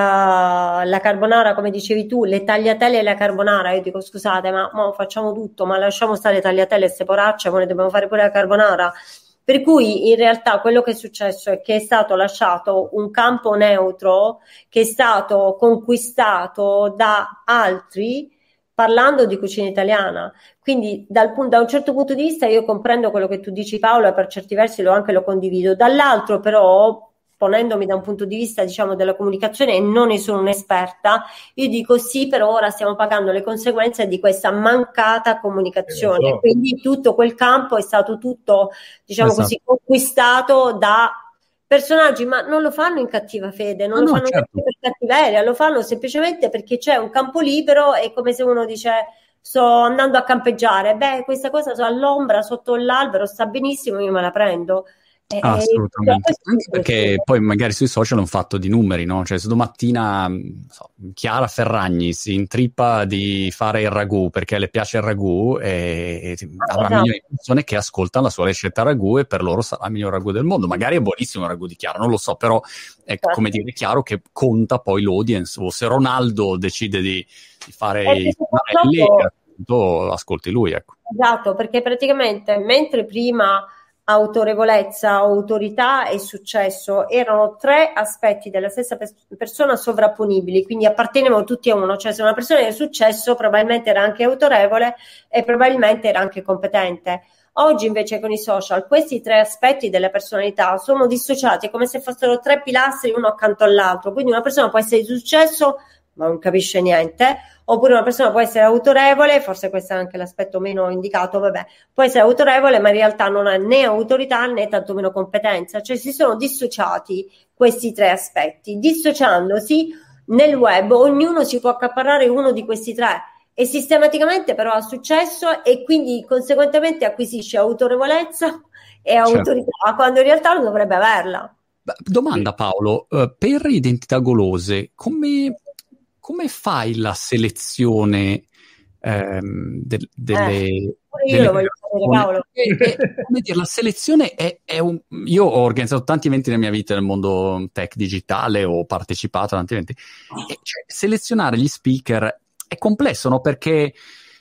[SPEAKER 3] la carbonara, come dicevi tu, le tagliatelle e la carbonara. Io dico scusate, ma facciamo tutto, ma lasciamo stare le tagliatelle e ste poracce, poi ne dobbiamo fare pure la carbonara. Per cui in realtà quello che è successo è che è stato lasciato un campo neutro che è stato conquistato da altri parlando di cucina italiana. Quindi da un certo punto di vista io comprendo quello che tu dici, Paolo, e per certi versi lo condivido. Dall'altro però, ponendomi da un punto di vista diciamo della comunicazione, e non ne sono un'esperta, io dico sì, però ora stiamo pagando le conseguenze di questa mancata comunicazione, quindi tutto quel campo è stato tutto diciamo così conquistato da personaggi, ma non lo fanno in cattiva fede, non lo fanno per cattiveria, lo fanno semplicemente perché c'è un campo libero. È come se uno dice sto andando a campeggiare, questa cosa all'ombra sotto l'albero sta benissimo, io me la prendo.
[SPEAKER 1] Assolutamente, anche perché poi magari sui social è un fatto di numeri, no? Cioè se domattina Chiara Ferragni si intrippa di fare il ragù perché le piace il ragù e avrà milioni di persone che ascoltano la sua ricetta ragù e per loro sarà il miglior ragù del mondo. Magari è buonissimo il ragù di Chiara, non lo so, però è come dire, chiaro che conta poi l'audience, o se Ronaldo decide di fare i fornelli, ascolti lui, ecco.
[SPEAKER 3] Esatto, perché praticamente mentre prima autorevolezza, autorità e successo erano tre aspetti della stessa persona sovrapponibili, quindi appartenevano tutti a uno. Cioè se una persona era successo probabilmente era anche autorevole e probabilmente era anche competente. Oggi invece con i social questi tre aspetti della personalità sono dissociati, è come se fossero tre pilastri uno accanto all'altro. Quindi una persona può essere di successo ma non capisce niente, oppure una persona può essere autorevole, forse questo è anche l'aspetto meno indicato, può essere autorevole ma in realtà non ha né autorità né tantomeno competenza. Cioè si sono dissociati questi tre aspetti. Dissociandosi nel web ognuno si può accaparrare uno di questi tre e sistematicamente però ha successo e quindi conseguentemente acquisisce autorevolezza e autorità quando in realtà non dovrebbe averla.
[SPEAKER 1] Domanda Paolo, per identità golose come fai la selezione delle
[SPEAKER 3] io lo voglio sapere, Paolo.
[SPEAKER 1] Come dire, la selezione io ho organizzato tanti eventi nella mia vita nel mondo tech digitale, ho partecipato a tanti eventi e selezionare gli speaker è complesso, no? Perché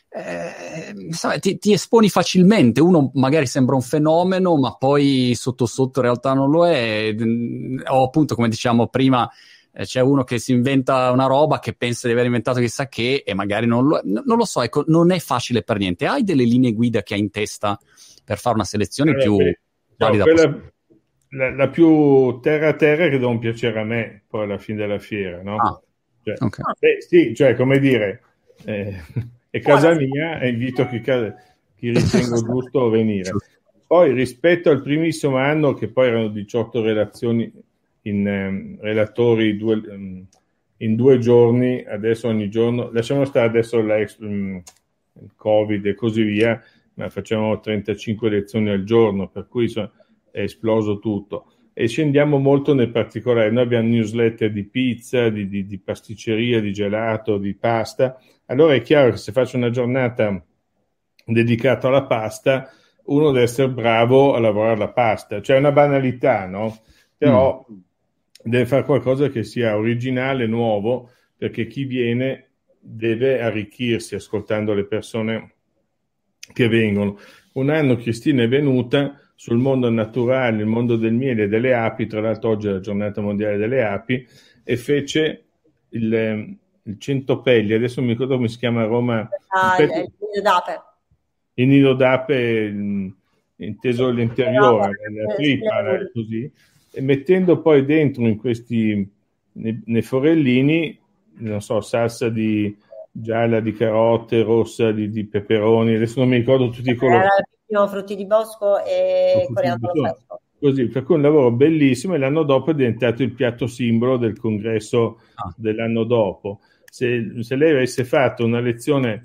[SPEAKER 1] ti esponi facilmente, uno magari sembra un fenomeno ma poi sotto in realtà non lo è, o appunto come diciamo prima c'è uno che si inventa una roba che pensa di aver inventato chissà che e magari non lo so, ecco, non è facile per niente. Hai delle linee guida che hai in testa per fare una selezione più valida possibile?
[SPEAKER 2] La più terra che devono piacere a me poi alla fine della fiera, no? Sì, cioè come dire è casa mia e invito chi ritengo giusto a venire. Poi rispetto al primissimo anno che poi erano 18 relazioni in relatori in 2 giorni, adesso ogni giorno, lasciamo stare adesso il Covid e così via, ma facciamo 35 lezioni al giorno, per cui è esploso tutto. e scendiamo molto nel particolare. Noi abbiamo newsletter di pizza, di pasticceria, di gelato, di pasta. Allora è chiaro che se faccio una giornata dedicata alla pasta, uno deve essere bravo a lavorare la pasta. Cioè è una banalità, no? Però deve fare qualcosa che sia originale, nuovo, perché chi viene deve arricchirsi ascoltando le persone che vengono. Un anno Cristina è venuta sul mondo naturale, il mondo del miele e delle api, tra l'altro oggi è la giornata mondiale delle api, e fece il centopelli, adesso mi ricordo come si chiama a Roma.
[SPEAKER 3] Il nido d'ape.
[SPEAKER 2] Il nido d'ape, inteso l'interiore, la trippa, così, e mettendo poi dentro in questi, nei forellini, non so, salsa di gialla, di carote, rossa, di peperoni, adesso non mi ricordo tutti i colori.
[SPEAKER 3] Frutti di bosco e coriandolo fresco.
[SPEAKER 2] Così, per cui un lavoro bellissimo, e l'anno dopo è diventato il piatto simbolo del congresso dell'anno dopo. Se lei avesse fatto una lezione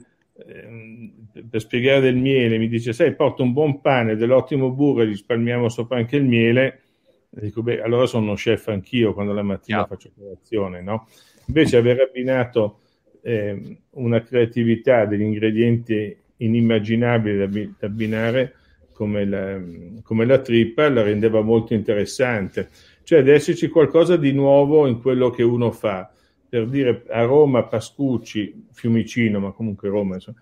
[SPEAKER 2] per spiegare del miele, mi dice, sai, porta un buon pane, dell'ottimo burro e risparmiamo sopra anche il miele, dico, beh, allora sono uno chef anch'io quando la mattina faccio colazione, no? Invece aver abbinato una creatività, degli ingredienti inimmaginabili da abbinare come la trippa, la rendeva molto interessante. Cioè deve esserci qualcosa di nuovo in quello che uno fa. Per dire, a Roma Pascucci, Fiumicino, ma comunque Roma, insomma,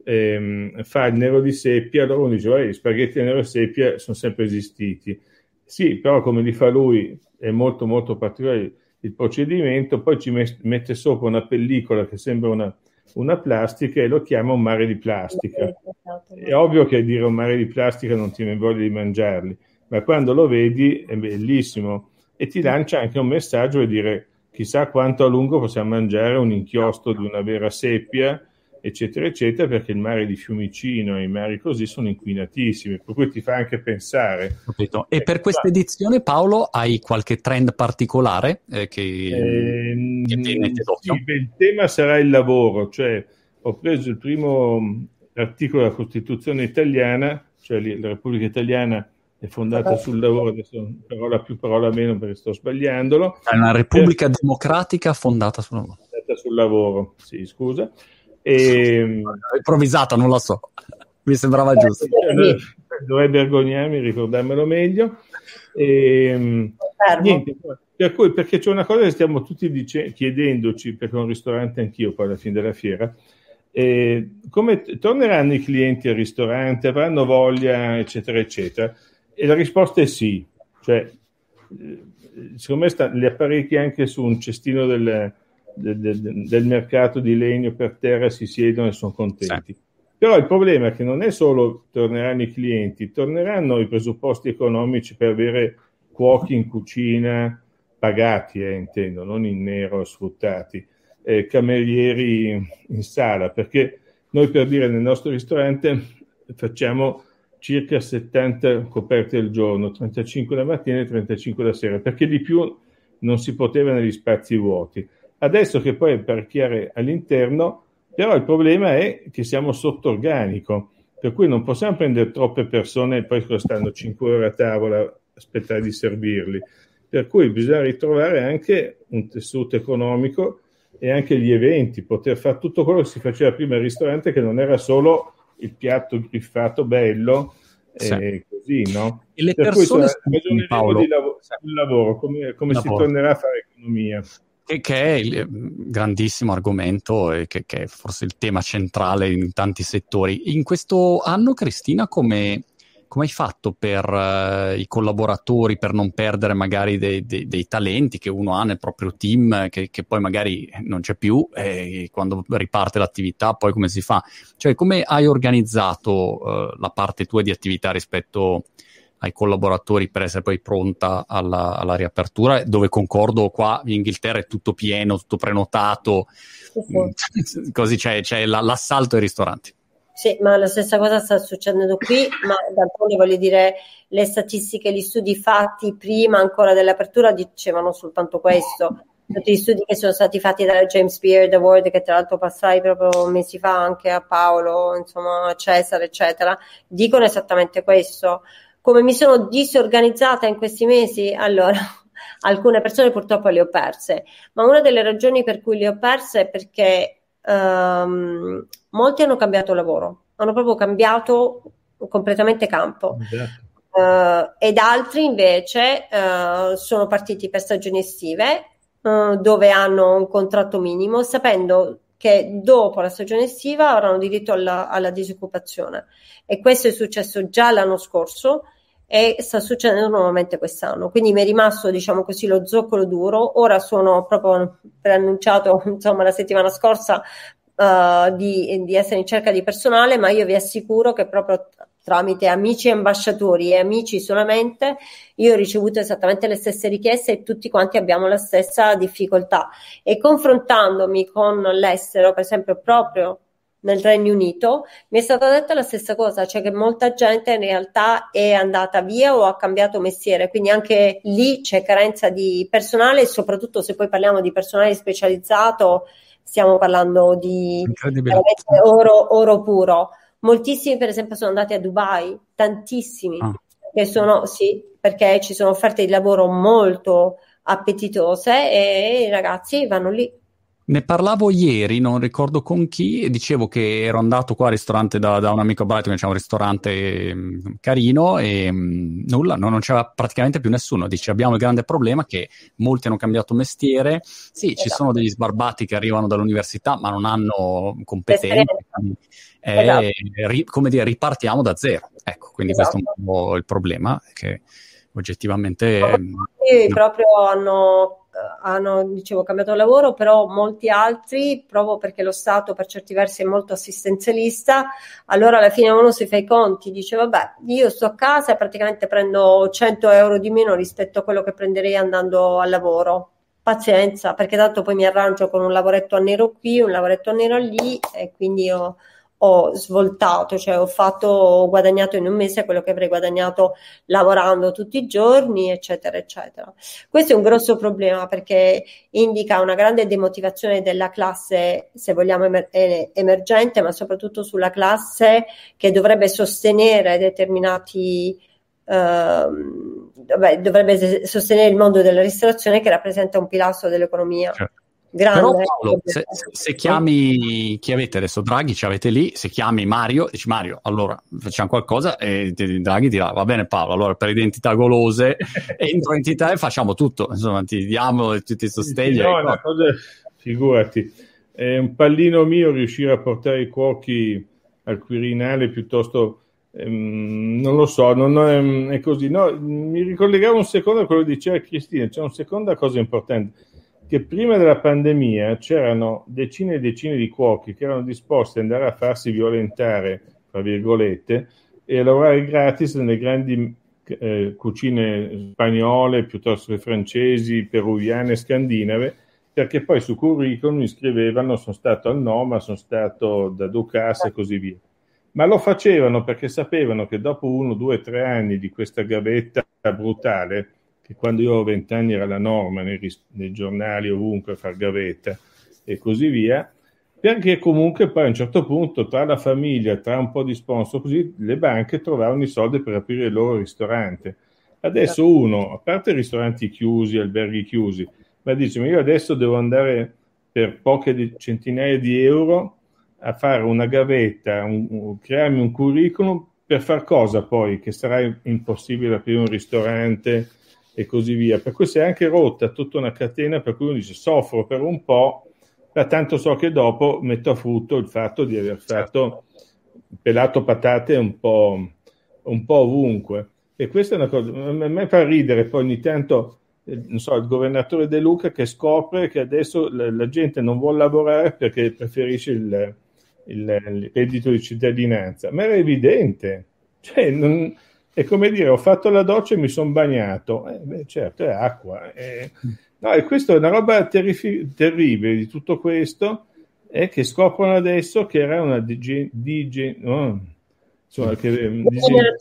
[SPEAKER 2] fa il nero di seppia, allora uno dice, gli spaghetti al nero di seppia sono sempre esistiti. Sì, però come li fa lui è molto molto particolare il procedimento, poi ci mette sopra una pellicola che sembra una plastica e lo chiama un mare di plastica. È ovvio che dire un mare di plastica non ti viene voglia di mangiarli, ma quando lo vedi è bellissimo e ti lancia anche un messaggio e dire chissà quanto a lungo possiamo mangiare un inchiostro di una vera seppia, eccetera, eccetera, perché il mare di Fiumicino e i mari così sono inquinatissimi, per cui ti fa anche pensare.
[SPEAKER 1] Capito. E per questa edizione, Paolo, hai qualche trend particolare che ti mette d'occhio?
[SPEAKER 2] Sì, il tema sarà il lavoro, cioè ho preso il primo articolo della Costituzione italiana, cioè la Repubblica Italiana è fondata sul lavoro, adesso parola più parola meno perché sto sbagliandolo.
[SPEAKER 1] È una Repubblica democratica fondata sul lavoro.
[SPEAKER 2] Fondata sul lavoro, sì, scusa.
[SPEAKER 1] Improvvisata, non lo so, mi sembrava giusto.
[SPEAKER 2] Dovrei vergognarmi, ricordarmelo meglio. Niente, per cui, perché c'è una cosa che stiamo tutti chiedendoci, perché è un ristorante anch'io poi alla fine della fiera, come torneranno i clienti al ristorante, avranno voglia, eccetera, eccetera. E la risposta è sì. Cioè, secondo me gli apparecchi anche su un cestino del mercato di legno per terra si siedono e sono contenti. Sì. Però il problema è che non è solo torneranno i clienti, torneranno i presupposti economici per avere cuochi in cucina pagati, intendo, non in nero sfruttati, camerieri in sala, perché noi, per dire, nel nostro ristorante facciamo circa 70 coperte al giorno, 35 la mattina e 35 la sera, perché di più non si poteva negli spazi vuoti. Adesso che poi è apparecchiare all'interno, però il problema è che siamo sotto organico, per cui non possiamo prendere troppe persone e poi stanno 5 ore a tavola aspettare di servirli. Per cui bisogna ritrovare anche un tessuto economico e anche gli eventi, poter fare tutto quello che si faceva prima al ristorante, che non era solo il piatto griffato bello, sì. Così, no?
[SPEAKER 1] E le persone,
[SPEAKER 2] Paolo, sul lavoro, come si tornerà a fare economia?
[SPEAKER 1] Che è il grandissimo argomento e che è forse il tema centrale in tanti settori. In questo anno, Cristina, come hai fatto per i collaboratori, per non perdere magari dei talenti che uno ha nel proprio team, che poi magari non c'è più, e quando riparte l'attività poi come si fa? Cioè, come hai organizzato la parte tua di attività rispetto ai collaboratori per essere poi pronta alla riapertura, dove concordo, qua in Inghilterra è tutto pieno, tutto prenotato, così c'è l'assalto ai ristoranti.
[SPEAKER 3] Sì, ma la stessa cosa sta succedendo qui, ma d'altronde voglio dire, le statistiche, gli studi fatti prima ancora dell'apertura dicevano soltanto questo. Tutti gli studi che sono stati fatti dalla James Beard Award, che tra l'altro passai proprio mesi fa anche a Paolo, insomma a Cesare, eccetera, dicono esattamente questo. come mi sono disorganizzata in questi mesi, allora alcune persone purtroppo le ho perse, ma una delle ragioni per cui le ho perse è perché molti hanno cambiato lavoro, hanno proprio cambiato completamente campo.
[SPEAKER 2] Esatto.
[SPEAKER 3] Ed altri invece sono partiti per stagioni estive dove hanno un contratto minimo, sapendo che dopo la stagione estiva avranno diritto alla disoccupazione, e questo è successo già l'anno scorso e sta succedendo nuovamente quest'anno, quindi mi è rimasto, diciamo così, lo zoccolo duro. Ora sono proprio preannunciato, insomma, la settimana scorsa di essere in cerca di personale, ma io vi assicuro che proprio tramite amici ambasciatori e amici solamente, io ho ricevuto esattamente le stesse richieste e tutti quanti abbiamo la stessa difficoltà. E confrontandomi con l'estero, per esempio proprio nel Regno Unito, mi è stata detta la stessa cosa, cioè che molta gente in realtà è andata via o ha cambiato mestiere, quindi anche lì c'è carenza di personale, e soprattutto se poi parliamo di personale specializzato, stiamo parlando di oro puro. Moltissimi, per esempio, sono andati a Dubai, tantissimi, che sono, sì, perché ci sono offerte di lavoro molto appetitose e i ragazzi vanno lì.
[SPEAKER 1] Ne parlavo ieri, non ricordo con chi, e dicevo che ero andato qua al ristorante da un amico a Brighton, che c'è un ristorante carino, e nulla, non c'era praticamente più nessuno. Dice, abbiamo il grande problema che molti hanno cambiato mestiere, sì, ci sono degli sbarbati che arrivano dall'università ma non hanno competenze, come dire, ripartiamo da zero. Ecco, quindi questo è un po' il problema, che oggettivamente...
[SPEAKER 3] proprio hanno, dicevo, cambiato lavoro, però molti altri, proprio perché lo Stato per certi versi è molto assistenzialista, allora alla fine uno si fa i conti, dice vabbè, io sto a casa e praticamente prendo 100 euro di meno rispetto a quello che prenderei andando al lavoro. Pazienza, perché tanto poi mi arrangio con un lavoretto a nero qui, un lavoretto a nero lì, e quindi ho svoltato, cioè ho guadagnato in un mese quello che avrei guadagnato lavorando tutti i giorni, eccetera, eccetera. Questo è un grosso problema perché indica una grande demotivazione della classe, se vogliamo, emergente, ma soprattutto sulla classe che dovrebbe sostenere determinati dovrebbe sostenere il mondo della ristorazione, che rappresenta un pilastro dell'economia.
[SPEAKER 1] Certo.
[SPEAKER 3] Grande.
[SPEAKER 1] Però Paolo, se chiami, chi avete adesso? Draghi ci avete lì, se chiami Mario, dici Mario, allora facciamo qualcosa, e Draghi dirà va bene Paolo, allora per identità golose entro in Italia e facciamo tutto, insomma ti diamo tutti i sostegni.
[SPEAKER 2] No, una cosa, figurati, è un pallino mio riuscire a portare i cuochi al Quirinale piuttosto... non lo so, non è così. No, mi ricollegavo un secondo a quello che diceva Cristina. C'è una seconda cosa importante, che prima della pandemia c'erano decine e decine di cuochi che erano disposti ad andare a farsi violentare, tra virgolette, e a lavorare gratis nelle grandi cucine spagnole, piuttosto che francesi, peruviane, scandinave, perché poi su curriculum iscrivevano sono stato al Noma, sono stato da Ducasse e così via. Ma lo facevano perché sapevano che dopo 1, 2, 3 anni di questa gavetta brutale, che quando io avevo 20 anni era la norma nei giornali ovunque far gavetta e così via, perché comunque poi a un certo punto tra la famiglia, tra un po' di sponsor, così le banche trovavano i soldi per aprire il loro ristorante. Adesso uno, a parte ristoranti chiusi, alberghi chiusi, ma dice, ma io adesso devo andare per poche centinaia di euro a fare una gavetta, crearmi un curriculum per far cosa poi, che sarà impossibile aprire un ristorante e così via. Per cui si è anche rotta tutta una catena, per cui uno dice soffro per un po', ma tanto so che dopo metto a frutto il fatto di aver fatto pelato patate un po' ovunque. E questa è una cosa, a me fa ridere poi ogni tanto, non so, il governatore De Luca che scopre che adesso la gente non vuole lavorare perché preferisce il reddito di cittadinanza, ma era evidente, cioè è come dire ho fatto la doccia e mi sono bagnato, certo è acqua, no, e questa è una roba terribile di tutto questo, è che scoprono adesso che era una che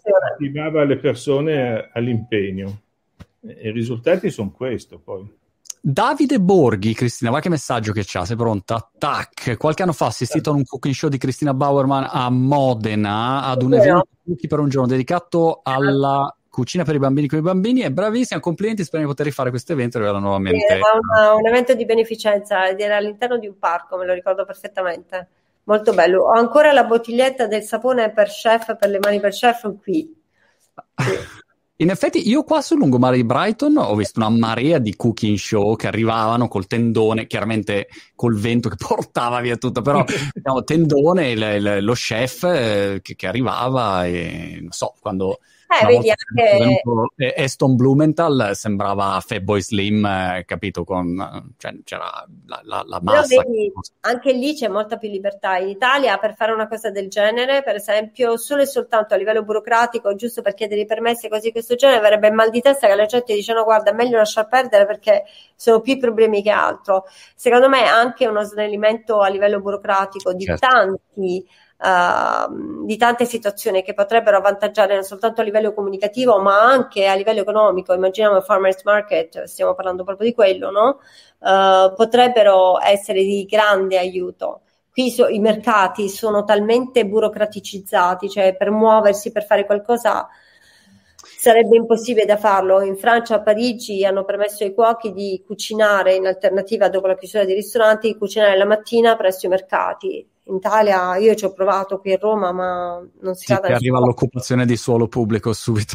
[SPEAKER 2] disincentivava le persone all'impegno, e i risultati sono questo poi.
[SPEAKER 1] Davide Borghi, Cristina, guarda che messaggio che c'ha, sei pronta? Tac, qualche anno fa ho assistito a un cooking show di Cristina Bauerman a Modena, ad un evento per un giorno dedicato alla cucina per i bambini con i bambini. È bravissima, complimenti, spero di poter rifare questo evento e averla nuovamente.
[SPEAKER 3] Era un evento di beneficenza ed era all'interno di un parco, me lo ricordo perfettamente, molto bello. Ho ancora la bottiglietta del sapone per chef, per le mani per chef qui. Sì.
[SPEAKER 1] In effetti io qua sul lungomare di Brighton ho visto una marea di cooking show che arrivavano col tendone, chiaramente col vento che portava via tutto, però diciamo, tendone, lo chef che arrivava e non so, quando
[SPEAKER 3] vedi anche
[SPEAKER 1] Aston Blumenthal sembrava Fatboy Slim, capito, cioè, c'era la massa.
[SPEAKER 3] Vedi, anche lì c'è molta più libertà. In Italia per fare una cosa del genere, per esempio, solo e soltanto a livello burocratico, giusto per chiedere i permessi e cose di questo genere, avrebbe il mal di testa che la gente dice no, guarda, è meglio lasciar perdere perché sono più problemi che altro. Secondo me anche uno snellimento a livello burocratico di di tante situazioni che potrebbero avvantaggiare non soltanto a livello comunicativo ma anche a livello economico. Immaginiamo il farmers market, stiamo parlando proprio di quello, no? Potrebbero essere di grande aiuto. Qui i mercati sono talmente burocraticizzati, cioè per muoversi, per fare qualcosa sarebbe impossibile da farlo. In Francia, a Parigi, hanno permesso ai cuochi di cucinare in alternativa dopo la chiusura dei ristoranti, di cucinare la mattina presso i mercati. In Italia io ci ho provato qui a Roma, ma non si va da
[SPEAKER 1] arriva l'occupazione di suolo pubblico subito.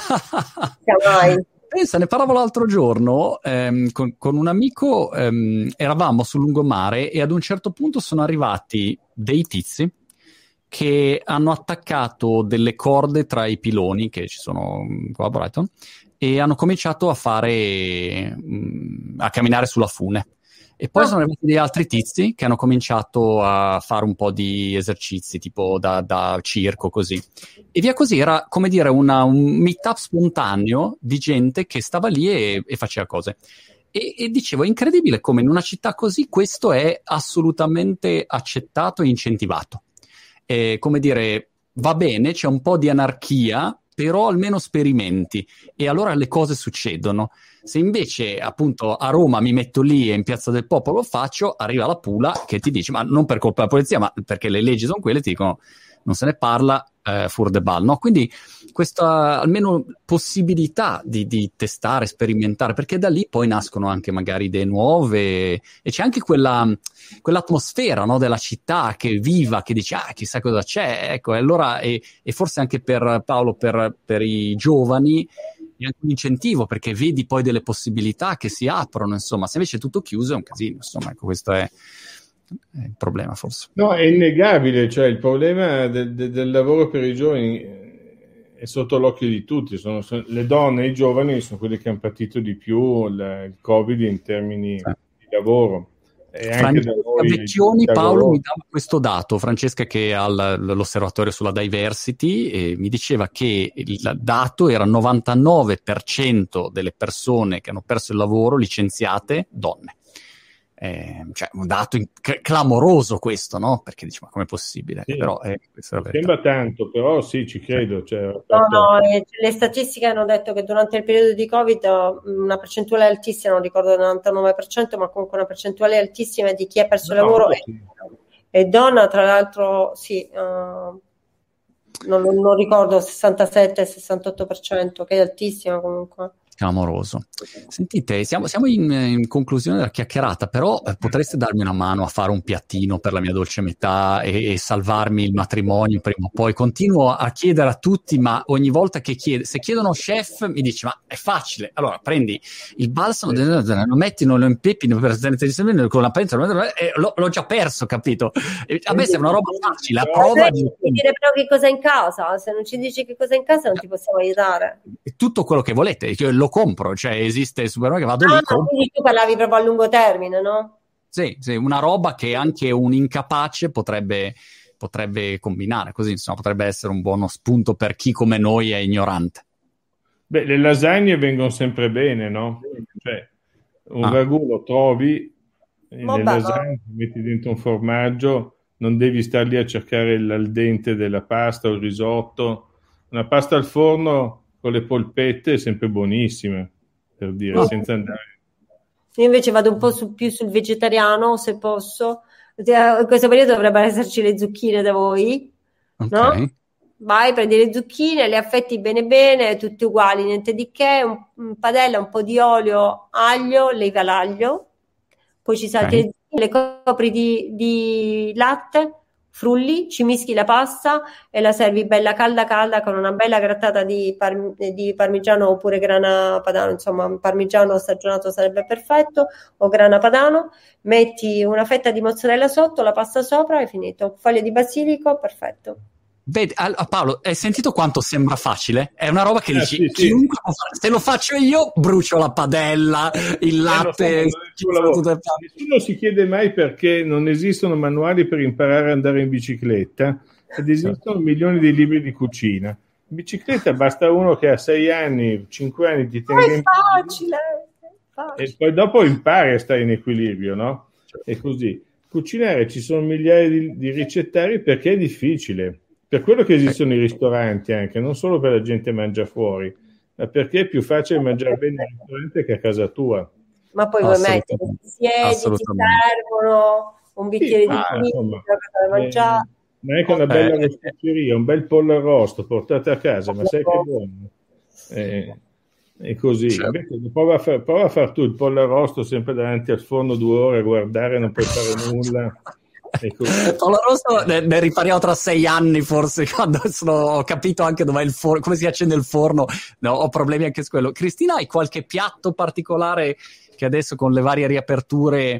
[SPEAKER 3] Mai.
[SPEAKER 1] Pensa, ne parlavo l'altro giorno con un amico, eravamo sul lungomare e ad un certo punto sono arrivati dei tizi che hanno attaccato delle corde tra i piloni che ci sono qua a Brighton e hanno cominciato a camminare sulla fune. E poi sono arrivati degli altri tizi che hanno cominciato a fare un po' di esercizi, tipo da circo, così. E via così, era come dire un meet-up spontaneo di gente che stava lì e faceva cose. E dicevo, è incredibile come in una città così questo è assolutamente accettato e incentivato. Come dire, va bene, c'è un po' di anarchia, però almeno sperimenti e allora le cose succedono. Se invece appunto a Roma mi metto lì e in Piazza del Popolo lo faccio, arriva la Pula che ti dice, ma non per colpa della polizia, ma perché le leggi sono quelle, ti dicono non se ne parla, fur de bal, no? Quindi questa almeno possibilità di testare, sperimentare, perché da lì poi nascono anche magari idee nuove e c'è anche quell'atmosfera, no, della città che è viva, che dice chissà cosa c'è, ecco, e allora e forse anche per Paolo, per i giovani è anche un incentivo, perché vedi poi delle possibilità che si aprono, insomma. Se invece è tutto chiuso è un casino, insomma, ecco, questo è il problema forse.
[SPEAKER 2] No, è innegabile, cioè il problema del lavoro per i giovani è sotto l'occhio di tutti, le donne e i giovani sono quelli che hanno patito di più il Covid in termini di lavoro. E anche
[SPEAKER 1] Francesca Vecchioni, Paolo mi dava questo dato, Francesca che ha l'osservatorio sulla diversity, mi diceva che il dato era 99% delle persone che hanno perso il lavoro licenziate donne. Cioè un dato clamoroso questo, no? Perché dici ma com'è possibile?
[SPEAKER 2] Sì,
[SPEAKER 1] però
[SPEAKER 2] sembra tanto, però sì, ci credo. Cioè,
[SPEAKER 3] no, le statistiche hanno detto che durante il periodo di Covid una percentuale altissima, non ricordo il 99%, ma comunque una percentuale altissima di chi ha perso il lavoro è donna, tra l'altro sì, non ricordo 67-68%, che è altissima comunque.
[SPEAKER 1] Clamoroso. Sentite, siamo in conclusione della chiacchierata, però potreste darmi una mano a fare un piattino per la mia dolce metà e salvarmi il matrimonio prima o poi. Continuo a chiedere a tutti, ma ogni volta che se chiedono chef mi dice ma è facile, allora prendi il balsamo, lo metti, non lo impeppi con la pentola e l'ho già perso, capito? A me sembra una roba facile, a prova di
[SPEAKER 3] dire però che cosa è in casa, se non ci dici che cosa è in casa non ti possiamo aiutare.
[SPEAKER 1] Tutto quello che volete, lo compro, cioè esiste il supermercato, vado lì.
[SPEAKER 3] Quindi tu parlavi proprio a lungo termine, no?
[SPEAKER 1] Sì, una roba che anche un incapace potrebbe combinare, così insomma potrebbe essere un buono spunto per chi come noi è ignorante.
[SPEAKER 2] Beh, le lasagne vengono sempre bene, no? Cioè, un ragù lo trovi, le lasagne metti dentro un formaggio, non devi star lì a cercare il dente della pasta o il risotto. Una pasta al forno con le polpette è sempre buonissima, per dire, senza andare.
[SPEAKER 3] Io invece vado un po' più sul vegetariano, se posso. In questo periodo dovrebbero esserci le zucchine da voi, no?
[SPEAKER 1] Ok.
[SPEAKER 3] Vai, prendi le zucchine, le affetti bene bene, tutte uguali, niente di che, un padella, un po' di olio, aglio, leva l'aglio, poi ci salti
[SPEAKER 1] Ok.
[SPEAKER 3] le zucchine, le copri di latte, frulli, ci mischi la pasta e la servi bella calda calda con una bella grattata di parmigiano oppure grana padano, insomma un parmigiano stagionato sarebbe perfetto, o grana padano, metti una fetta di mozzarella sotto, la pasta sopra e finito, foglie di basilico, perfetto.
[SPEAKER 1] Vedi, Paolo, hai sentito quanto sembra facile? È una roba che dici,
[SPEAKER 2] sì,
[SPEAKER 1] chiunque può fare. Se lo faccio io, brucio la padella, il latte,
[SPEAKER 2] nessuno si chiede mai perché non esistono manuali per imparare ad andare in bicicletta ed esistono milioni di libri di cucina. In bicicletta basta uno che ha 6 anni, 5 anni, ti tenga
[SPEAKER 3] È facile.
[SPEAKER 2] e poi dopo impari a stare in equilibrio, no? E così. Cucinare, ci sono migliaia di ricettari perché è difficile. Per quello che esistono i ristoranti anche, non solo per la gente che mangia fuori, ma perché è più facile mangiare bene al ristorante che a casa tua.
[SPEAKER 3] Ma poi vuoi mettere, ti siedi, ti servono un bicchiere di vino per mangiare.
[SPEAKER 2] Ma anche una bella rosticceria, un bel pollo arrosto portato a casa, ma sai che buono. È così.
[SPEAKER 1] Certo.
[SPEAKER 2] Invece, prova a far tu il pollo arrosto sempre davanti al forno 2 ore a guardare, non puoi fare nulla.
[SPEAKER 1] Pollo arrosto ne ripariamo tra 6 anni forse, quando ho capito anche dov'è il forno, come si accende il forno. No, ho problemi anche su quello. Cristina, hai qualche piatto particolare che adesso con le varie riaperture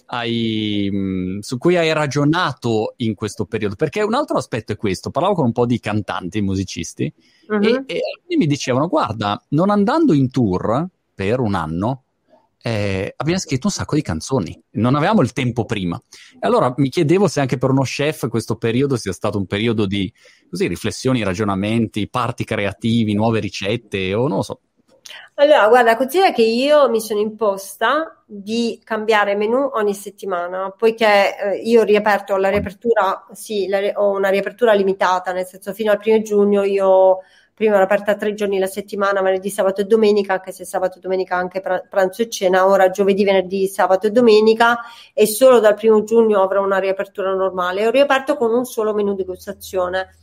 [SPEAKER 1] su cui hai ragionato in questo periodo? Perché un altro aspetto è questo: parlavo con un po' di cantanti, musicisti, e alcuni mi dicevano, guarda, non andando in tour per un anno, abbiamo scritto un sacco di canzoni, non avevamo il tempo prima. E allora mi chiedevo se anche per uno chef questo periodo sia stato un periodo di riflessioni, ragionamenti, parti creativi, nuove ricette, o non lo so.
[SPEAKER 3] Allora, guarda, considera che io mi sono imposta di cambiare menù ogni settimana, poiché io ho riaperto la riapertura, ho una riapertura limitata, nel senso fino al 1 giugno io prima ero aperta 3 giorni la settimana, venerdì, sabato e domenica, anche se sabato e domenica anche pranzo e cena, ora giovedì, venerdì, sabato e domenica, e solo dal 1 giugno avrò una riapertura normale. Ho riaperto con un solo menù degustazione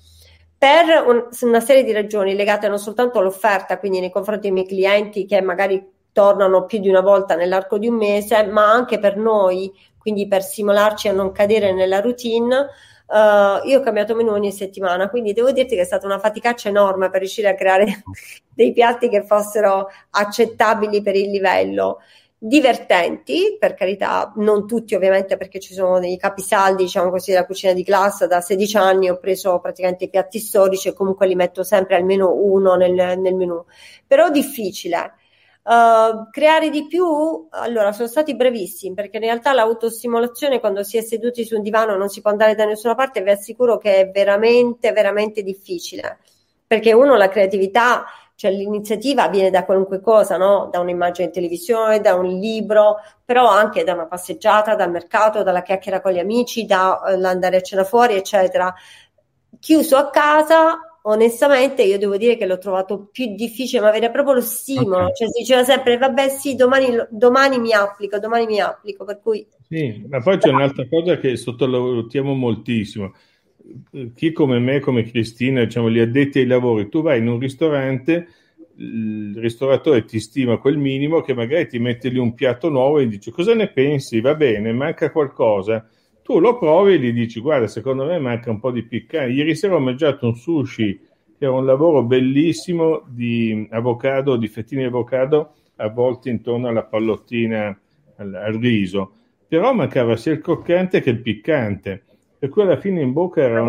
[SPEAKER 3] per una serie di ragioni legate non soltanto all'offerta, quindi nei confronti dei miei clienti che magari tornano più di una volta nell'arco di un mese, ma anche per noi, quindi per stimolarci a non cadere nella routine. Io ho cambiato menù ogni settimana, quindi devo dirti che è stata una faticaccia enorme per riuscire a creare dei piatti che fossero accettabili per il livello. Divertenti, per carità, non tutti ovviamente, perché ci sono dei capisaldi, diciamo così, della cucina di classe. Da 16 anni ho preso praticamente i piatti storici e comunque li metto sempre almeno uno nel menù, però difficile. Creare di più, allora sono stati brevissimi, perché in realtà l'autostimolazione quando si è seduti su un divano non si può andare da nessuna parte, vi assicuro che è veramente veramente difficile, perché uno la creatività, cioè l'iniziativa viene da qualunque cosa, no? Da un'immagine in televisione, da un libro, però anche da una passeggiata, dal mercato, dalla chiacchiera con gli amici, dall'andare a cena fuori, eccetera. Chiuso a casa, onestamente io devo dire che l'ho trovato più difficile, ma avere proprio lo stimolo, cioè si diceva sempre vabbè sì, domani mi applico, per cui...
[SPEAKER 2] Sì, ma poi c'è un'altra cosa che sottovalutiamo moltissimo. Chi come me, come Cristina, diciamo gli addetti ai lavori, tu vai in un ristorante, il ristoratore ti stima quel minimo che magari ti mette lì un piatto nuovo e dice cosa ne pensi? Va bene, manca qualcosa. Tu lo provi e gli dici guarda, secondo me manca un po' di piccante. Ieri sera ho mangiato un sushi che era un lavoro bellissimo di avocado, di fettine di avocado avvolti intorno alla pallottina al riso, però mancava sia il croccante che il piccante, per cui alla fine in bocca era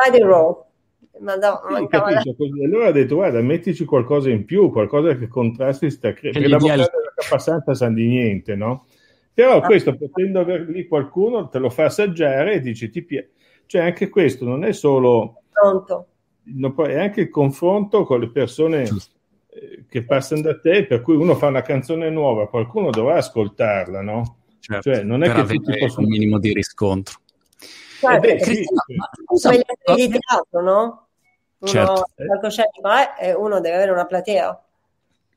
[SPEAKER 2] allora ho detto guarda, mettici qualcosa in più, qualcosa che contrasti perché l'avocado e la capasanta sanno di niente, no? Però questo, potendo aver lì qualcuno, te lo fa assaggiare e dici ti piace. Cioè anche questo non è solo
[SPEAKER 3] pronto,
[SPEAKER 2] è anche il confronto con le persone che passano da te, per cui uno fa una canzone nuova, qualcuno dovrà ascoltarla, no?
[SPEAKER 1] Certo,
[SPEAKER 2] cioè non è che tutti possono
[SPEAKER 1] un minimo di riscontro.
[SPEAKER 3] Cristina, scusa, di teatro, no? Uno,
[SPEAKER 1] certo.
[SPEAKER 3] Uno deve avere una platea.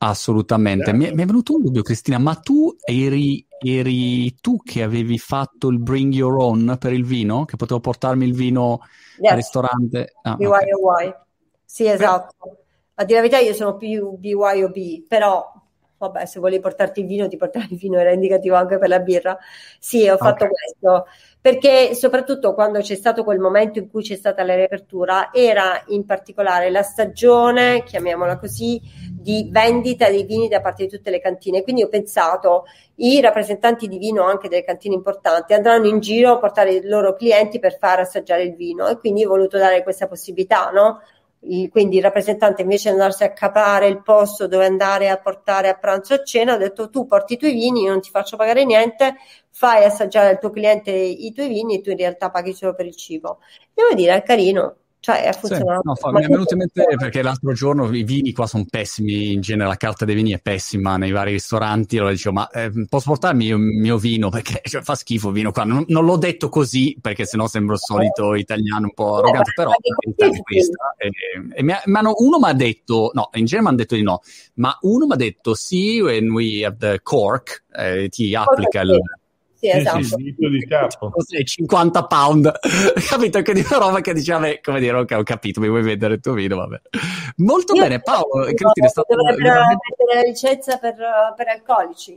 [SPEAKER 1] Assolutamente. Mi è venuto un dubbio, Cristina, ma tu eri tu che avevi fatto il bring your own per il vino? Che potevo portarmi il vino al ristorante?
[SPEAKER 3] BYOY. Sì, esatto. A dire la verità io sono più BYOB, però vabbè, se volevi portarti il vino, ti portavi il vino, era indicativo anche per la birra. Sì, ho fatto questo, perché soprattutto quando c'è stato quel momento in cui c'è stata la riapertura, era in particolare la stagione, chiamiamola così, di vendita dei vini da parte di tutte le cantine. Quindi ho pensato, i rappresentanti di vino anche delle cantine importanti andranno in giro a portare i loro clienti per far assaggiare il vino, e quindi ho voluto dare questa possibilità, no? Quindi il rappresentante, invece di andarsi a capare il posto dove andare a portare a pranzo o a cena, ha detto: tu porti i tuoi vini, io non ti faccio pagare niente, fai assaggiare al tuo cliente i tuoi vini e tu in realtà paghi solo per il cibo. Devo dire, è carino. Cioè, ha funzionato.
[SPEAKER 1] Sì, mi è venuto in mente perché l'altro giorno i vini qua sono pessimi, in genere la carta dei vini è pessima nei vari ristoranti. Allora dicevo, ma posso portarmi il mio vino? Perché fa schifo il vino qua. Non l'ho detto così perché sennò sembro il solito italiano un po' arrogante, però questa. Uno mi ha detto, no, in genere mi hanno detto di no, ma uno mi ha detto sì, when we have the cork, ti applica il...
[SPEAKER 3] Sì, esatto.
[SPEAKER 2] Sì, di capo.
[SPEAKER 1] 50 pound, capito? Che di una roba che diceva, come dire, ok, ho capito, mi vuoi vendere il tuo vino, vabbè. Molto bene, Paolo. Cristina è stato
[SPEAKER 3] dovrebbero mettere la licenza per alcolici.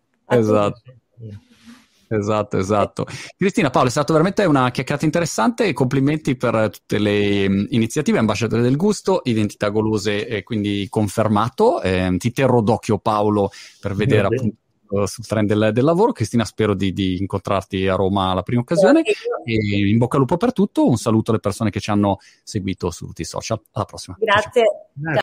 [SPEAKER 1] Esatto. Cristina, Paolo, è stato veramente una chiacchierata interessante e complimenti per tutte le iniziative. Ambasciatore del gusto, identità golose, quindi confermato. Ti terrò d'occhio, Paolo, per vedere appunto sul trend del lavoro. Cristina, spero di incontrarti a Roma alla prima occasione, e in bocca al lupo per tutto. Un saluto alle persone che ci hanno seguito su tutti i social. Alla prossima.
[SPEAKER 3] Grazie.
[SPEAKER 2] Ciao.